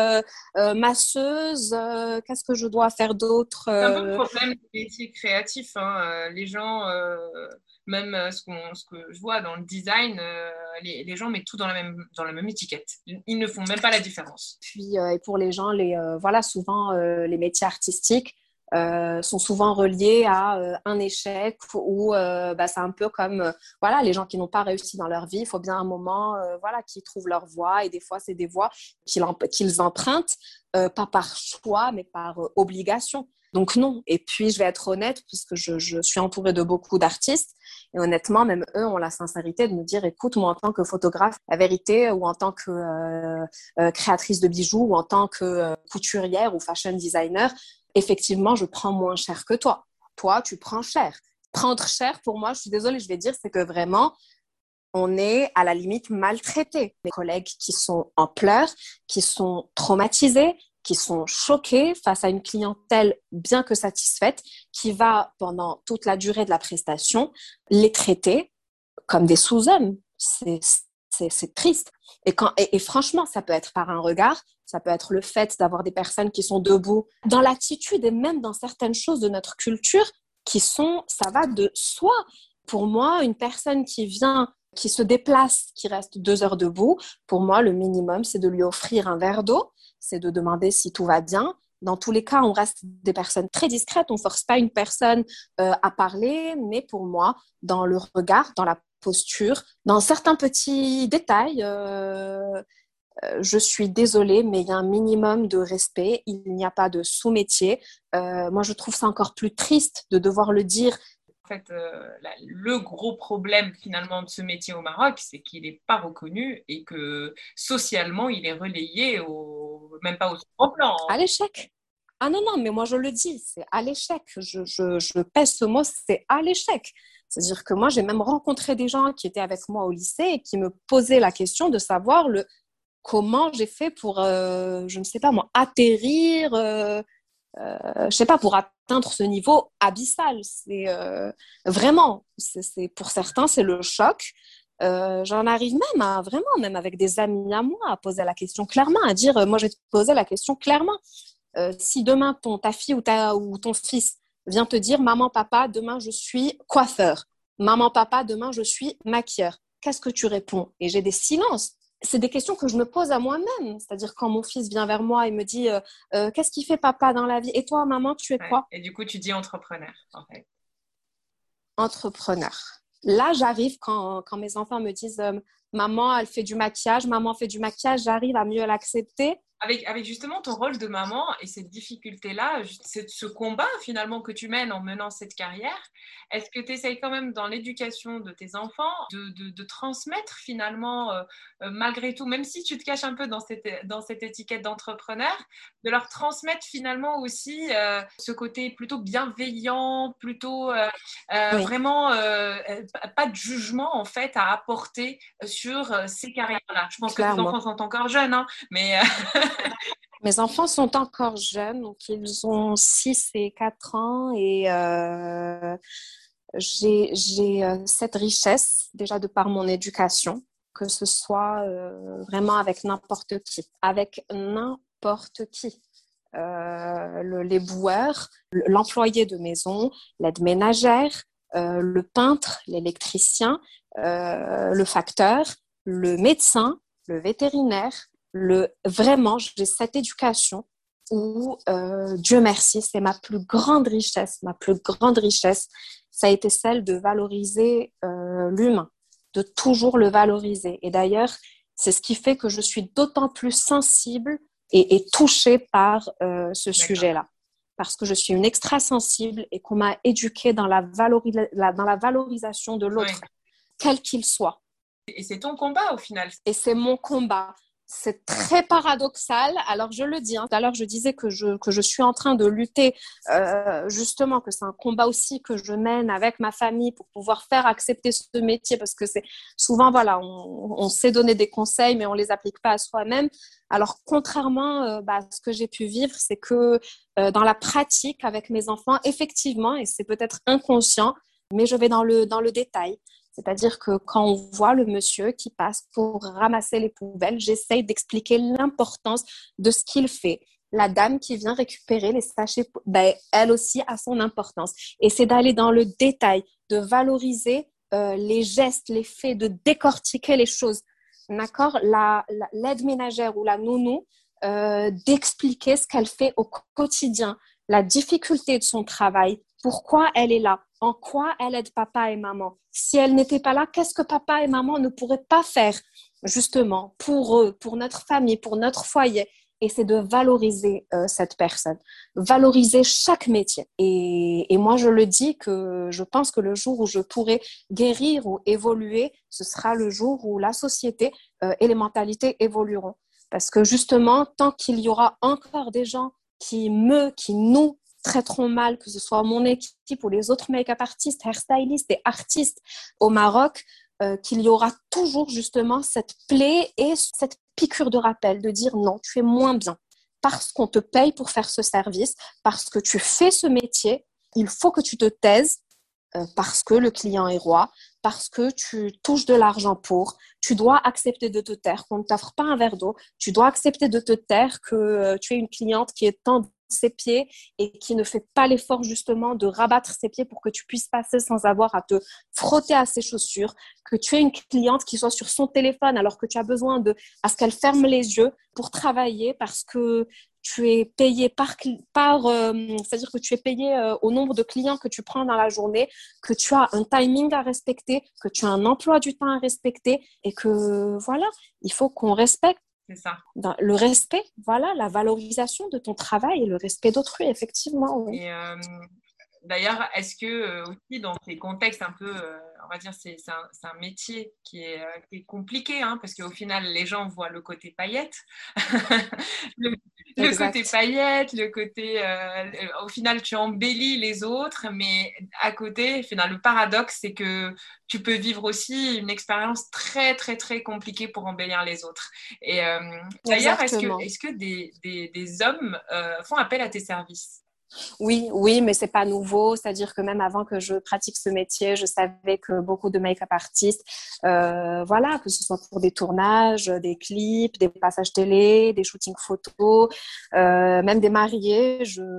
Speaker 3: masseuse, qu'est-ce que je dois faire d'autre
Speaker 2: C'est un peu le problème des métiers créatifs, hein. Les gens, même ce que je vois dans le design, les gens mettent tout dans la même étiquette. Ils ne font même pas la différence.
Speaker 3: Puis, et pour les gens, souvent, les métiers artistiques sont souvent reliés à un échec ou c'est un peu comme les gens qui n'ont pas réussi dans leur vie. Il faut bien un moment qu'ils trouvent leur voie et des fois, c'est des voies qu'ils empruntent, pas par choix, mais par obligation. Donc non. Et puis, je vais être honnête, puisque je suis entourée de beaucoup d'artistes. Et honnêtement, même eux ont la sincérité de me dire, écoute, moi, en tant que photographe, la vérité, ou en tant que créatrice de bijoux, ou en tant que couturière ou fashion designer, effectivement, je prends moins cher que toi. Toi, tu prends cher. Prendre cher, pour moi, je suis désolée, je vais dire, c'est que vraiment, on est à la limite maltraité. Mes collègues qui sont en pleurs, qui sont traumatisés, qui sont choqués face à une clientèle bien que satisfaite, qui va, pendant toute la durée de la prestation, les traiter comme des sous-hommes. C'est triste. Et franchement, ça peut être par un regard, ça peut être le fait d'avoir des personnes qui sont debout dans l'attitude et même dans certaines choses de notre culture ça va de soi. Pour moi, une personne qui vient, qui se déplace, qui reste 2 heures debout, pour moi, le minimum, c'est de lui offrir un verre d'eau, c'est de demander si tout va bien. Dans tous les cas, on reste des personnes très discrètes, on ne force pas une personne à parler, mais pour moi, dans le regard, dans la posture, dans certains petits détails, je suis désolée, mais il y a un minimum de respect, il n'y a pas de sous-métier. Moi, je trouve ça encore plus triste de devoir le dire.
Speaker 2: En fait, le gros problème finalement de ce métier au Maroc, c'est qu'il n'est pas reconnu et que socialement, il est relayé même pas au second plan.
Speaker 3: À l'échec. Ah non, mais moi je le dis, c'est à l'échec. Je pèse ce mot, c'est à l'échec. C'est-à-dire que moi, j'ai même rencontré des gens qui étaient avec moi au lycée et qui me posaient la question de savoir comment j'ai fait pour, je ne sais pas moi, atterrir, je sais pas, pour atteindre ce niveau abyssal. C'est vraiment, pour certains, c'est le choc. J'en arrive même avec des amis à moi, à poser la question clairement, à dire, moi, je vais te poser la question clairement. Si demain, ta fille ou ton fils vient te dire, maman, papa, demain, je suis coiffeur. Maman, papa, demain, je suis maquilleur. Qu'est-ce que tu réponds? Et j'ai des silences. C'est des questions que je me pose à moi-même. C'est-à-dire quand mon fils vient vers moi et me dit qu'est-ce qu'il fait papa dans la vie? Et toi, maman, tu es quoi?
Speaker 2: Et du coup, tu dis entrepreneur, en fait.
Speaker 3: Entrepreneur. Là, j'arrive quand mes enfants me disent maman, elle fait du maquillage, maman fait du maquillage, j'arrive à mieux l'accepter.
Speaker 2: Avec justement ton rôle de maman et cette difficulté-là, ce combat finalement que tu mènes en menant cette carrière, est-ce que tu essayes quand même dans l'éducation de tes enfants de transmettre finalement, malgré tout, même si tu te caches un peu dans cette étiquette d'entrepreneur, de leur transmettre finalement aussi ce côté plutôt bienveillant, plutôt
Speaker 3: Oui.
Speaker 2: vraiment pas de jugement en fait à apporter sur ces carrières-là. Je pense
Speaker 3: Clairement.
Speaker 2: que tes enfants sont encore jeunes, hein, mais...
Speaker 3: Mes enfants sont encore jeunes, donc ils ont 6 et 4 ans et j'ai cette richesse déjà de par mon éducation, que ce soit vraiment avec n'importe qui. Avec n'importe qui. L'éboueur, l'employé de maison, l'aide ménagère, le peintre, l'électricien, le facteur, le médecin, le vétérinaire. Vraiment, j'ai cette éducation où, Dieu merci, c'est ma plus grande richesse. Ma plus grande richesse, ça a été celle de valoriser l'humain, de toujours le valoriser. Et d'ailleurs, c'est ce qui fait que je suis d'autant plus sensible et touchée par ce sujet-là. Parce que je suis une extrasensible et qu'on m'a éduquée dans la valorisation de l'autre, quel qu'il soit.
Speaker 2: Et c'est ton combat au final.
Speaker 3: Et c'est mon combat. C'est très paradoxal. Alors, je le dis, hein, tout à l'heure, je disais que je suis en train de lutter, justement, que c'est un combat aussi que je mène avec ma famille pour pouvoir faire accepter ce métier parce que c'est souvent, voilà, on sait donner des conseils, mais on les applique pas à soi-même. Alors, contrairement à ce que j'ai pu vivre, c'est que dans la pratique avec mes enfants, effectivement, et c'est peut-être inconscient, mais je vais dans le détail. C'est-à-dire que quand on voit le monsieur qui passe pour ramasser les poubelles, j'essaye d'expliquer l'importance de ce qu'il fait. La dame qui vient récupérer les sachets, ben, elle aussi a son importance. Et c'est d'aller dans le détail, de valoriser les gestes, les faits, de décortiquer les choses. D'accord? L'aide ménagère ou la nounou, d'expliquer ce qu'elle fait au quotidien, la difficulté de son travail, pourquoi elle est là, en quoi elle aide papa et maman. Si elle n'était pas là, qu'est-ce que papa et maman ne pourraient pas faire justement pour eux, pour notre famille, pour notre foyer. Et c'est de valoriser cette personne, valoriser chaque métier. Et moi, je le dis que je pense que le jour où je pourrai guérir ou évoluer, ce sera le jour où la société et les mentalités évolueront. Parce que justement, tant qu'il y aura encore des gens qui nous traiteront mal, que ce soit mon équipe ou les autres make-up artistes, hairstylistes et artistes au Maroc, qu'il y aura toujours justement cette plaie et cette piqûre de rappel de dire non, tu es moins bien parce qu'on te paye pour faire ce service, parce que tu fais ce métier, il faut que tu te taises parce que le client est roi, parce que tu touches de l'argent pour, tu dois accepter de te taire, qu'on ne t'offre pas un verre d'eau, tu dois accepter de te taire que tu es une cliente qui est tendue ses pieds et qui ne fait pas l'effort justement de rabattre ses pieds pour que tu puisses passer sans avoir à te frotter à ses chaussures, que tu es une cliente qui soit sur son téléphone alors que tu as besoin à ce qu'elle ferme les yeux pour travailler parce que tu es payé c'est-à-dire que tu es payé au nombre de clients que tu prends dans la journée, que tu as un timing à respecter, que tu as un emploi du temps à respecter et que voilà, il faut qu'on respecte.
Speaker 2: C'est ça.
Speaker 3: Le respect, voilà, la valorisation de ton travail et le respect d'autrui, effectivement. Oui.
Speaker 2: Et d'ailleurs, est-ce que aussi dans ces contextes un peu, on va dire, c'est un métier qui est compliqué, hein, parce qu'au final, les gens voient le côté paillette, le côté paillette, le côté, au final, tu embellis les autres, mais à côté, finalement, le paradoxe, c'est que tu peux vivre aussi une expérience très, très, très compliquée pour embellir les autres. Et d'ailleurs, est-ce que des hommes font appel à tes services?
Speaker 3: Oui, mais c'est pas nouveau. C'est-à-dire que même avant que je pratique ce métier, je savais que beaucoup de make-up artistes, voilà, que ce soit pour des tournages, des clips, des passages télé, des shootings photos, même des mariés,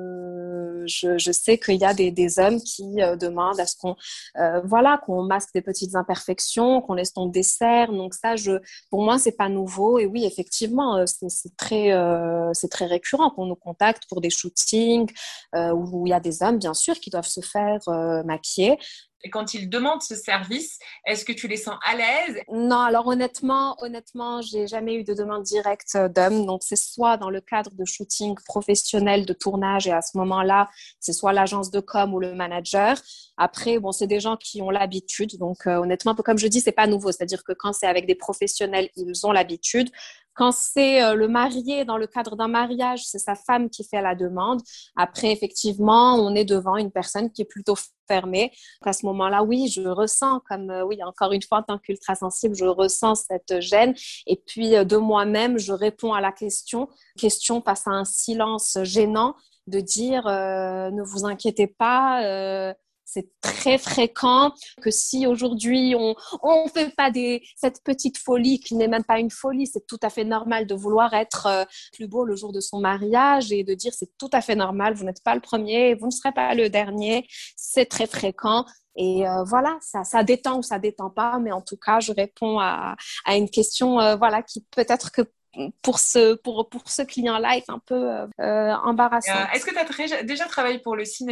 Speaker 3: je sais qu'il y a des hommes qui demandent à ce qu'on masque des petites imperfections, qu'on estompe des cernes. Donc ça, pour moi, c'est pas nouveau. Et oui, effectivement, c'est très récurrent qu'on nous contacte pour des shootings. Où il y a des hommes, bien sûr, qui doivent se faire maquiller.
Speaker 2: Et quand ils demandent ce service, est-ce que tu les sens à l'aise?
Speaker 3: Non, alors honnêtement, j'ai jamais eu de demande directe d'hommes. Donc, c'est soit dans le cadre de shooting professionnel, de tournage, et à ce moment-là, c'est soit l'agence de com ou le manager. Après, bon, c'est des gens qui ont l'habitude. Donc, honnêtement, comme je dis, c'est pas nouveau. C'est-à-dire que quand c'est avec des professionnels, ils ont l'habitude. Quand c'est le marié, dans le cadre d'un mariage, c'est sa femme qui fait la demande. Après, effectivement, on est devant une personne qui est plutôt fermée. À ce moment-là, oui, je ressens oui, encore une fois, en tant qu'ultra-sensible, je ressens cette gêne. Et puis, de moi-même, je réponds à la question face à un silence gênant de dire ne vous inquiétez pas, c'est très fréquent que si aujourd'hui on fait pas cette petite folie qui n'est même pas une folie, c'est tout à fait normal de vouloir être plus beau le jour de son mariage et de dire c'est tout à fait normal, vous n'êtes pas le premier, vous ne serez pas le dernier, c'est très fréquent. Et voilà, ça détend ou ça détend pas, mais en tout cas, je réponds à une question voilà, qui peut-être que pour ce client-là est un peu embarrassant.
Speaker 2: Est-ce que tu as déjà travaillé pour le cinéma?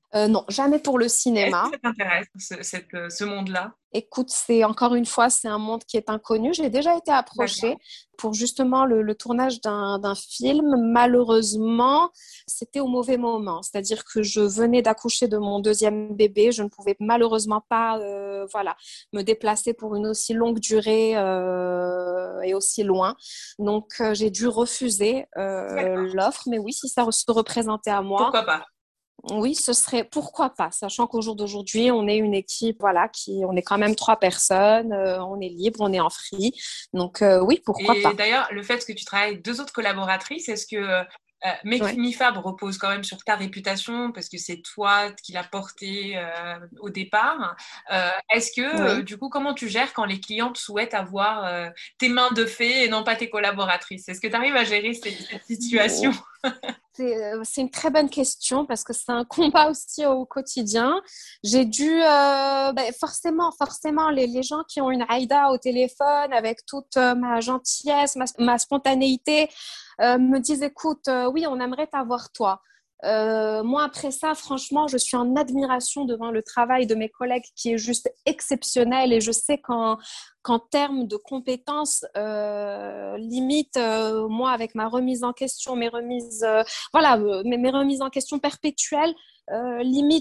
Speaker 3: Non, jamais pour le
Speaker 2: Est-ce
Speaker 3: cinéma.
Speaker 2: que ça t'intéresse, ce monde-là?
Speaker 3: Écoute, c'est encore une fois, c'est un monde qui est inconnu. J'ai déjà été approchée
Speaker 2: D'accord.
Speaker 3: pour justement le tournage d'un film. Malheureusement, c'était au mauvais moment. C'est-à-dire que je venais d'accoucher de mon deuxième bébé. Je ne pouvais malheureusement pas, voilà, me déplacer pour une aussi longue durée et aussi loin. Donc, j'ai dû refuser
Speaker 2: D'accord.
Speaker 3: l'offre. Mais oui, si ça se représentait à moi,
Speaker 2: Pourquoi pas?
Speaker 3: oui, ce serait pourquoi pas, sachant qu'au jour d'aujourd'hui, on est une équipe, voilà, on est quand même 3 personnes, on est libre, on est en free. Donc oui, pourquoi
Speaker 2: Et
Speaker 3: pas.
Speaker 2: d'ailleurs, le fait que tu travailles avec 2 autres collaboratrices, est-ce que Make
Speaker 3: Ouais.
Speaker 2: Me Fab repose quand même sur ta réputation parce que c'est toi qui l'as porté au départ. Est-ce que,
Speaker 3: Oui.
Speaker 2: du coup, comment tu gères quand les clientes souhaitent avoir tes mains de fée et non pas tes collaboratrices? Est-ce que tu arrives à gérer cette situation?
Speaker 3: C'est une très bonne question parce que c'est un combat aussi au quotidien. J'ai dû, forcément, les gens qui ont une Aïda au téléphone avec toute ma gentillesse, ma spontanéité, me disent, écoute, oui, on aimerait t'avoir toi. Moi, après ça, franchement, je suis en admiration devant le travail de mes collègues qui est juste exceptionnel et je sais qu'en termes de compétences, limite, moi, avec ma remise en question, mes remises en question perpétuelles, limite,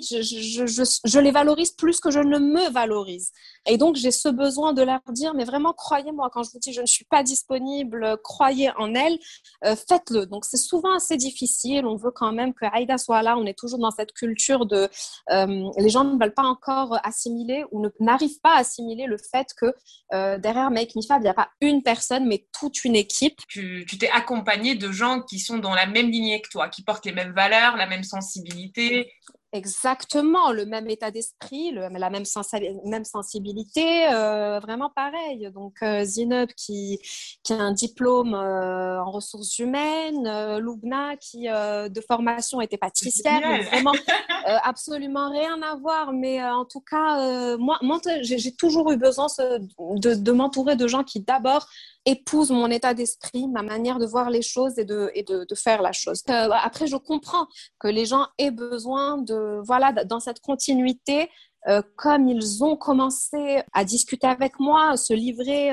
Speaker 3: je les valorise plus que je ne me valorise. Et donc, j'ai ce besoin de leur dire, mais vraiment, croyez-moi, quand je vous dis je ne suis pas disponible, croyez en elle, faites-le. Donc, c'est souvent assez difficile. On veut quand même que Aïda soit là. On est toujours dans cette culture de... les gens ne veulent pas encore assimiler ou n'arrivent pas à assimiler le fait que derrière Make Me Fab, il n'y a pas une personne, mais toute une équipe.
Speaker 2: Tu t'es accompagné de gens qui sont dans la même lignée que toi, qui portent les mêmes valeurs, la même sensibilité.
Speaker 3: Exactement, le même état d'esprit, même sensibilité, vraiment pareil. Donc, Zineb qui a un diplôme en ressources humaines, Loubna qui de formation était
Speaker 2: C'est
Speaker 3: pâtissière, donc
Speaker 2: génial.
Speaker 3: vraiment absolument rien à voir. Mais en tout cas, moi j'ai toujours eu besoin de m'entourer de gens qui d'abord épousent mon état d'esprit, ma manière de voir les choses et de faire la chose. Après, je comprends que les gens aient besoin de, voilà, dans cette continuité, comme ils ont commencé à discuter avec moi, à se livrer,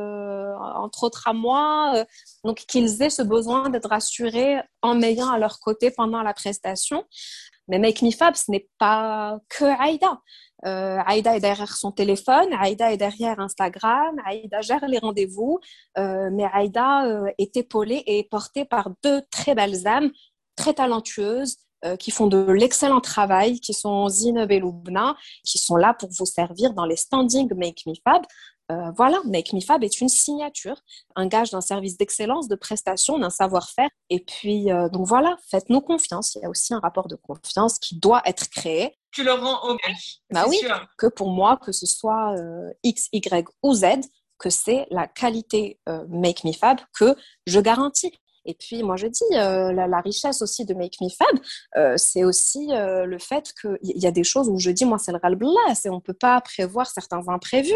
Speaker 3: entre autres à moi, donc qu'ils aient ce besoin d'être rassurés en m'ayant à leur côté pendant la prestation. Mais Make Me Fab, ce n'est pas que Aïda. Aïda est derrière son téléphone, Aïda est derrière Instagram, Aïda gère les rendez-vous, mais Aïda est épaulée et portée par 2 très belles âmes, très talentueuses, qui font de l'excellent travail, qui sont Zineb et Loubna, qui sont là pour vous servir dans les standings Make Me Fab. Voilà, Make Me Fab est une signature, un gage d'un service d'excellence, de prestation, d'un savoir-faire. Et puis, donc voilà, faites-nous confiance. Il y a aussi un rapport de confiance qui doit être créé.
Speaker 2: Tu leur rends hommage,
Speaker 3: Bah
Speaker 2: c'est
Speaker 3: oui,
Speaker 2: sûr.
Speaker 3: que pour moi, que ce soit X, Y ou Z, que c'est la qualité Make Me Fab que je garantis. Et puis, moi, je dis, la richesse aussi de Make Me Fab, c'est aussi le fait qu'il y a des choses où je dis, moi, c'est le ras-le-blas, et on ne peut pas prévoir certains imprévus.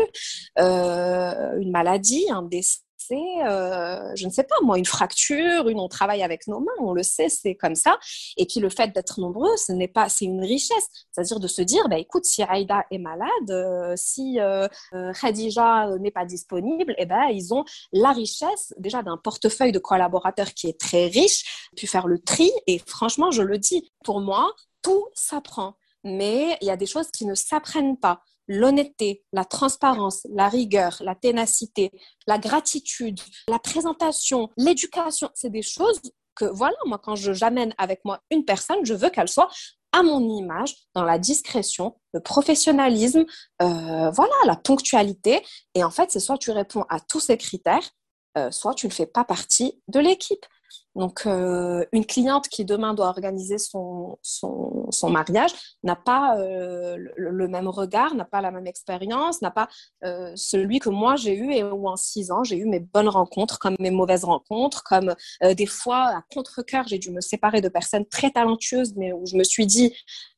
Speaker 3: Une maladie, un décès, je ne sais pas, moi, une fracture, on travaille avec nos mains, on le sait, c'est comme ça. Et puis, le fait d'être nombreux, c'est une richesse. C'est-à-dire de se dire, bah, écoute, si Aïda est malade, si Khadija n'est pas disponible, eh ben, ils ont la richesse déjà d'un portefeuille de collaborateurs qui est très riche, puis faire le tri. Et franchement, je le dis, pour moi, tout s'apprend. Mais il y a des choses qui ne s'apprennent pas. L'honnêteté, la transparence, la rigueur, la ténacité, la gratitude, la présentation, l'éducation, c'est des choses que, voilà, moi, quand j'amène avec moi une personne, je veux qu'elle soit à mon image, dans la discrétion, le professionnalisme, voilà, la ponctualité. Et en fait, c'est soit tu réponds à tous ces critères, soit tu ne fais pas partie de l'équipe. Donc, une cliente qui demain doit organiser son mariage n'a pas le même regard, n'a pas la même expérience, n'a pas celui que moi j'ai eu et où en 6 ans, j'ai eu mes bonnes rencontres comme mes mauvaises rencontres, comme des fois, à contre-cœur, j'ai dû me séparer de personnes très talentueuses, mais où je me suis dit,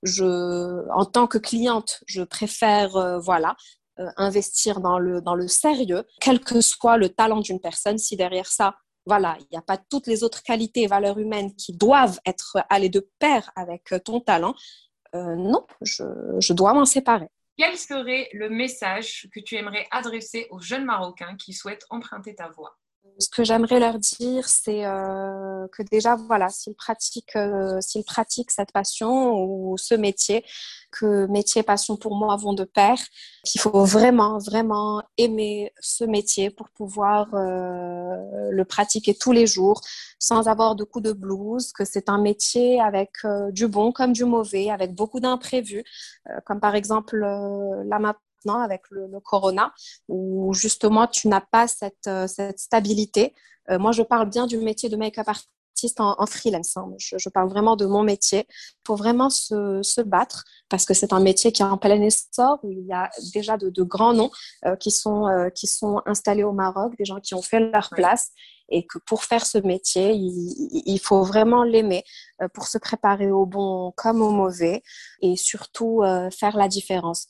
Speaker 3: en tant que cliente, je préfère, voilà, investir dans le sérieux, quel que soit le talent d'une personne, si derrière ça, voilà, il n'y a pas toutes les autres qualités et valeurs humaines qui doivent aller de pair avec ton talent. Non, je dois m'en séparer.
Speaker 2: Quel serait le message que tu aimerais adresser aux jeunes Marocains qui souhaitent emprunter ta voie?
Speaker 3: Ce que j'aimerais leur dire, c'est que déjà, voilà, s'ils pratiquent cette passion ou ce métier, que métier et passion pour moi vont de pair, qu'il faut vraiment, vraiment aimer ce métier pour pouvoir le pratiquer tous les jours sans avoir de coups de blues, que c'est un métier avec du bon comme du mauvais, avec beaucoup d'imprévus, comme par exemple là maintenant avec le corona, où justement tu n'as pas cette stabilité. Moi, je parle bien du métier de make-up artiste en freelance. Hein. Je parle vraiment de mon métier. Il faut vraiment se battre parce que c'est un métier qui est en plein essor, où il y a déjà de grands noms qui sont installés au Maroc, des gens qui ont fait leur place. Et que pour faire ce métier, il faut vraiment l'aimer pour se préparer au bon comme au mauvais et surtout faire la différence.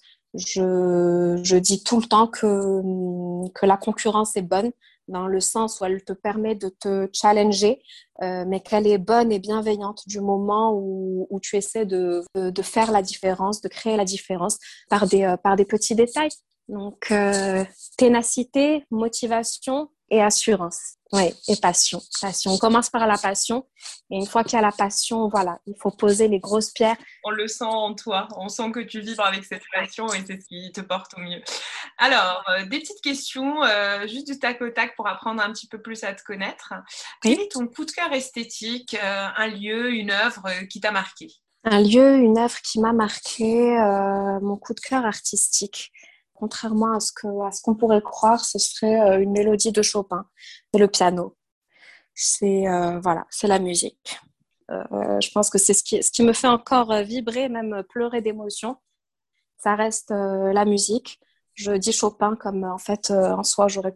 Speaker 3: Je dis tout le temps que la concurrence est bonne dans le sens où elle te permet de te challenger, mais qu'elle est bonne et bienveillante du moment où tu essaies de faire la différence, de créer la différence par des petits détails. Donc, ténacité, motivation et assurance. Oui, et passion. Passion. On commence par la passion. Et une fois qu'il y a la passion, voilà, il faut poser les grosses pierres.
Speaker 2: On le sent en toi. On sent que tu vibres avec cette passion et c'est ce qui te porte au mieux. Alors, des petites questions, juste du tac au tac pour apprendre un petit peu plus à te connaître.
Speaker 3: Oui.
Speaker 2: Quel est ton coup de cœur esthétique, un lieu, une œuvre qui t'a marqué?
Speaker 3: Un lieu, une œuvre qui m'a marqué, mon coup de cœur artistique. Contrairement à ce qu'on pourrait croire, ce serait une mélodie de Chopin, c'est le piano. C'est la musique. Je pense que c'est ce qui me fait encore vibrer, même pleurer d'émotion. Ça reste la musique. Je dis Chopin comme en fait en soi j'aurais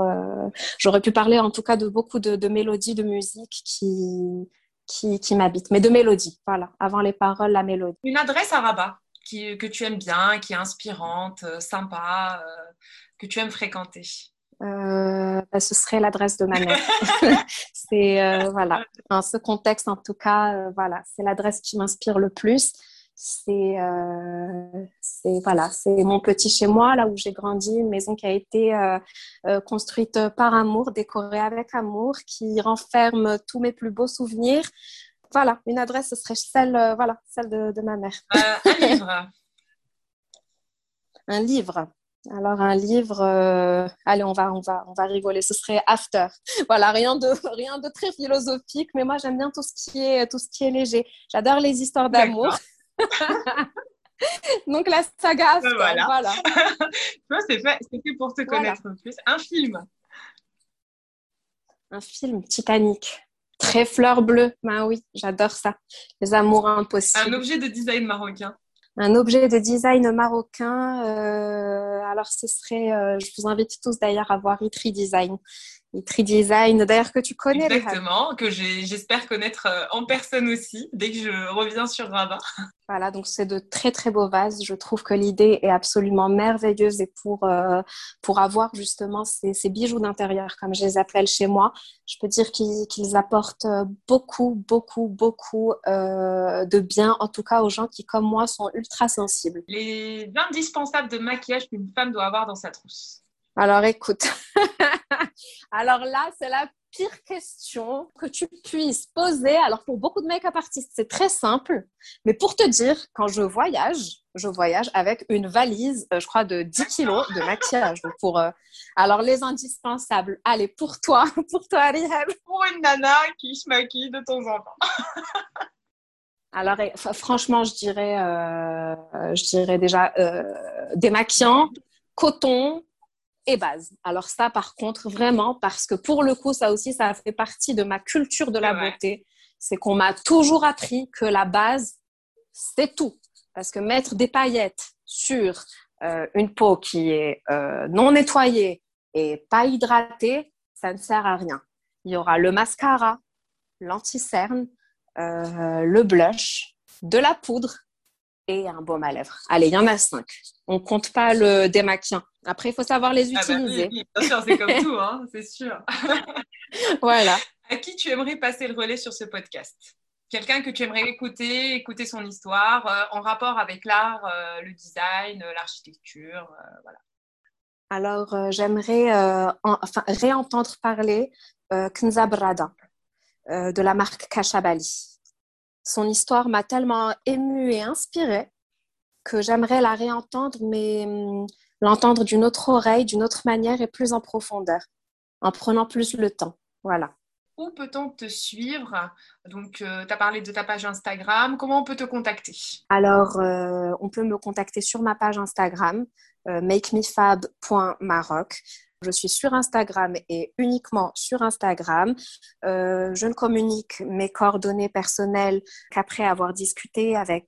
Speaker 3: pu parler en tout cas de beaucoup de mélodies de musique qui m'habitent, mais de mélodies. Voilà, avant les paroles, la mélodie.
Speaker 2: Une adresse à Rabat que tu aimes bien, qui est inspirante, sympa, que tu aimes fréquenter?
Speaker 3: Ce serait l'adresse de ma mère. C'est voilà. Dans ce contexte, en tout cas, voilà, c'est l'adresse qui m'inspire le plus. C'est mon petit chez moi, là où j'ai grandi, une maison qui a été construite par amour, décorée avec amour, qui renferme tous mes plus beaux souvenirs. Voilà, une adresse, ce serait celle de ma mère.
Speaker 2: Un livre.
Speaker 3: Un livre. Alors un livre, allez, on va rigoler. Ce serait After. Voilà, rien de très philosophique, mais moi j'aime bien tout ce qui est léger. J'adore les histoires d'amour. Donc la saga After. Voilà.
Speaker 2: C'est fait pour te connaître un peu plus. Un film.
Speaker 3: Un film, Titanic. Très fleur bleue. Ben oui, j'adore ça. Les amours impossibles.
Speaker 2: Un objet de design marocain.
Speaker 3: Un objet de design marocain, alors ce serait, je vous invite tous d'ailleurs à voir Itri Design. Itri Design, d'ailleurs que tu connais.
Speaker 2: Exactement, que j'espère connaître en personne aussi, dès que je reviens sur Rabat.
Speaker 3: Voilà, donc c'est de très très beaux vases. Je trouve que l'idée est absolument merveilleuse et pour avoir justement ces bijoux d'intérieur, comme je les appelle chez moi, je peux dire qu'ils apportent beaucoup, beaucoup, beaucoup de bien, en tout cas aux gens qui, comme moi, sont ultra sensibles.
Speaker 2: Les indispensables de maquillage qu'une femme doit avoir dans sa trousse.
Speaker 3: Alors écoute, alors là, c'est la pire question que tu puisses poser. Alors pour beaucoup de make-up artistes, c'est très simple. Mais pour te dire, quand je voyage avec une valise, je crois, de 10 kilos de maquillage. Donc alors les indispensables, allez, pour toi, Rihab.
Speaker 2: Pour une nana qui se maquille de temps en temps.
Speaker 3: Alors franchement, je dirais déjà démaquillant, coton et base. Alors ça, par contre, vraiment, parce que pour le coup, ça aussi, ça fait partie de ma culture de la beauté. C'est qu'on m'a toujours appris que la base, c'est tout. Parce que mettre des paillettes sur une peau qui est non nettoyée et pas hydratée, ça ne sert à rien. Il y aura le mascara, l'anti-cerne, le blush, de la poudre et un baume à lèvres. Allez, il y en a 5. On ne compte pas le démaquillant. Après, il faut savoir les utiliser.
Speaker 2: Oui, bien sûr, c'est comme tout, hein, c'est sûr.
Speaker 3: Voilà.
Speaker 2: À qui tu aimerais passer le relais sur ce podcast? quelqu'un que tu aimerais écouter son histoire en rapport avec l'art, le design, l'architecture, voilà.
Speaker 3: Alors, j'aimerais réentendre parler Kenza Brada de la marque Kashabali. Son histoire m'a tellement émue et inspirée que j'aimerais la réentendre, mais l'entendre d'une autre oreille, d'une autre manière et plus en profondeur, en prenant plus le temps. Voilà.
Speaker 2: Où peut-on te suivre? Donc, tu as parlé de ta page Instagram. Comment on peut te contacter?
Speaker 3: Alors, on peut me contacter sur ma page Instagram, makemefab.maroc. Je suis sur Instagram et uniquement sur Instagram. Je ne communique mes coordonnées personnelles qu'après avoir discuté avec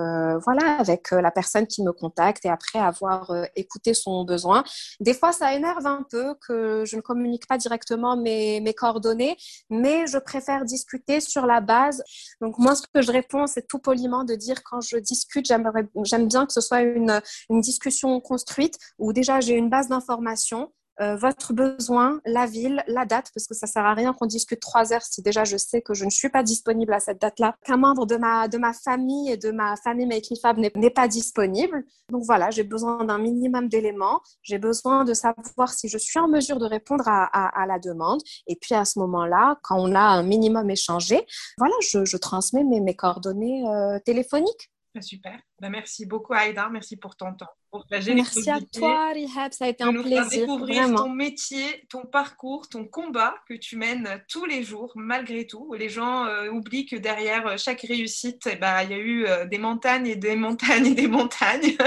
Speaker 3: la personne qui me contacte et après avoir écouté son besoin. Des fois, ça énerve un peu que je ne communique pas directement mes coordonnées, mais je préfère discuter sur la base. Donc moi, ce que je réponds, c'est tout poliment de dire quand je discute, j'aime bien que ce soit une discussion construite où déjà j'ai une base d'information. Votre besoin, la ville, la date, parce que ça sert à rien qu'on discute 3 heures si déjà je sais que je ne suis pas disponible à cette date-là, qu'un membre de ma famille et de ma famille Make Me Fab n'est pas disponible. Donc voilà, j'ai besoin d'un minimum d'éléments. J'ai besoin de savoir si je suis en mesure de répondre à la demande. Et puis à ce moment-là, quand on a un minimum échangé, voilà, je transmets mes coordonnées téléphoniques.
Speaker 2: Super. Merci beaucoup, Aïda. Merci pour ton temps.
Speaker 3: Merci à toi, Rihab. Ça a été un plaisir.
Speaker 2: De découvrir
Speaker 3: vraiment.
Speaker 2: Ton métier, ton parcours, ton combat que tu mènes tous les jours, malgré tout. Les gens oublient que derrière chaque réussite, il y a eu des montagnes et des montagnes et des montagnes.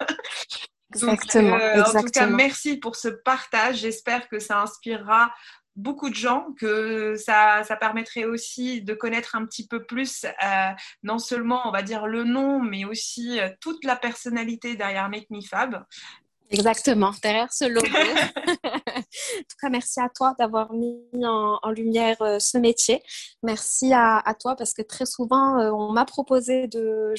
Speaker 3: Exactement.
Speaker 2: En tout cas, merci pour ce partage. J'espère que ça inspirera beaucoup de gens, que ça permettrait aussi de connaître un petit peu plus non seulement on va dire le nom, mais aussi toute la personnalité derrière Make Me Fab.
Speaker 3: Exactement, derrière ce logo. En tout cas, merci à toi d'avoir mis en lumière ce métier. Merci à toi parce que très souvent, on m'a proposé de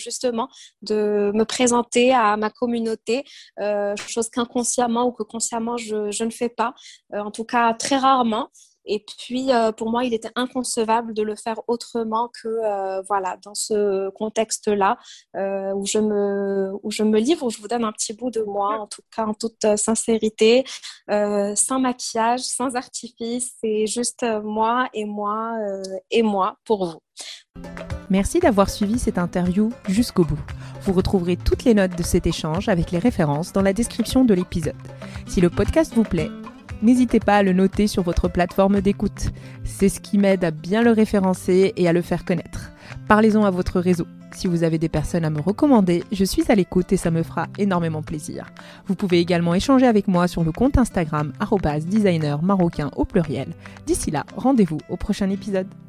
Speaker 3: me présenter à ma communauté, chose qu'inconsciemment ou que consciemment, je ne fais pas. En tout cas, très rarement. Et puis, pour moi, il était inconcevable de le faire autrement que dans ce contexte-là où je me livre, où je vous donne un petit bout de moi, en tout cas en toute sincérité, sans maquillage, sans artifice, c'est juste moi et moi et moi pour vous.
Speaker 1: Merci d'avoir suivi cette interview jusqu'au bout. Vous retrouverez toutes les notes de cet échange avec les références dans la description de l'épisode. Si le podcast vous plaît, n'hésitez pas à le noter sur votre plateforme d'écoute. C'est ce qui m'aide à bien le référencer et à le faire connaître. Parlez-en à votre réseau. Si vous avez des personnes à me recommander, je suis à l'écoute et ça me fera énormément plaisir. Vous pouvez également échanger avec moi sur le compte Instagram @designermarocain au pluriel. D'ici là, rendez-vous au prochain épisode.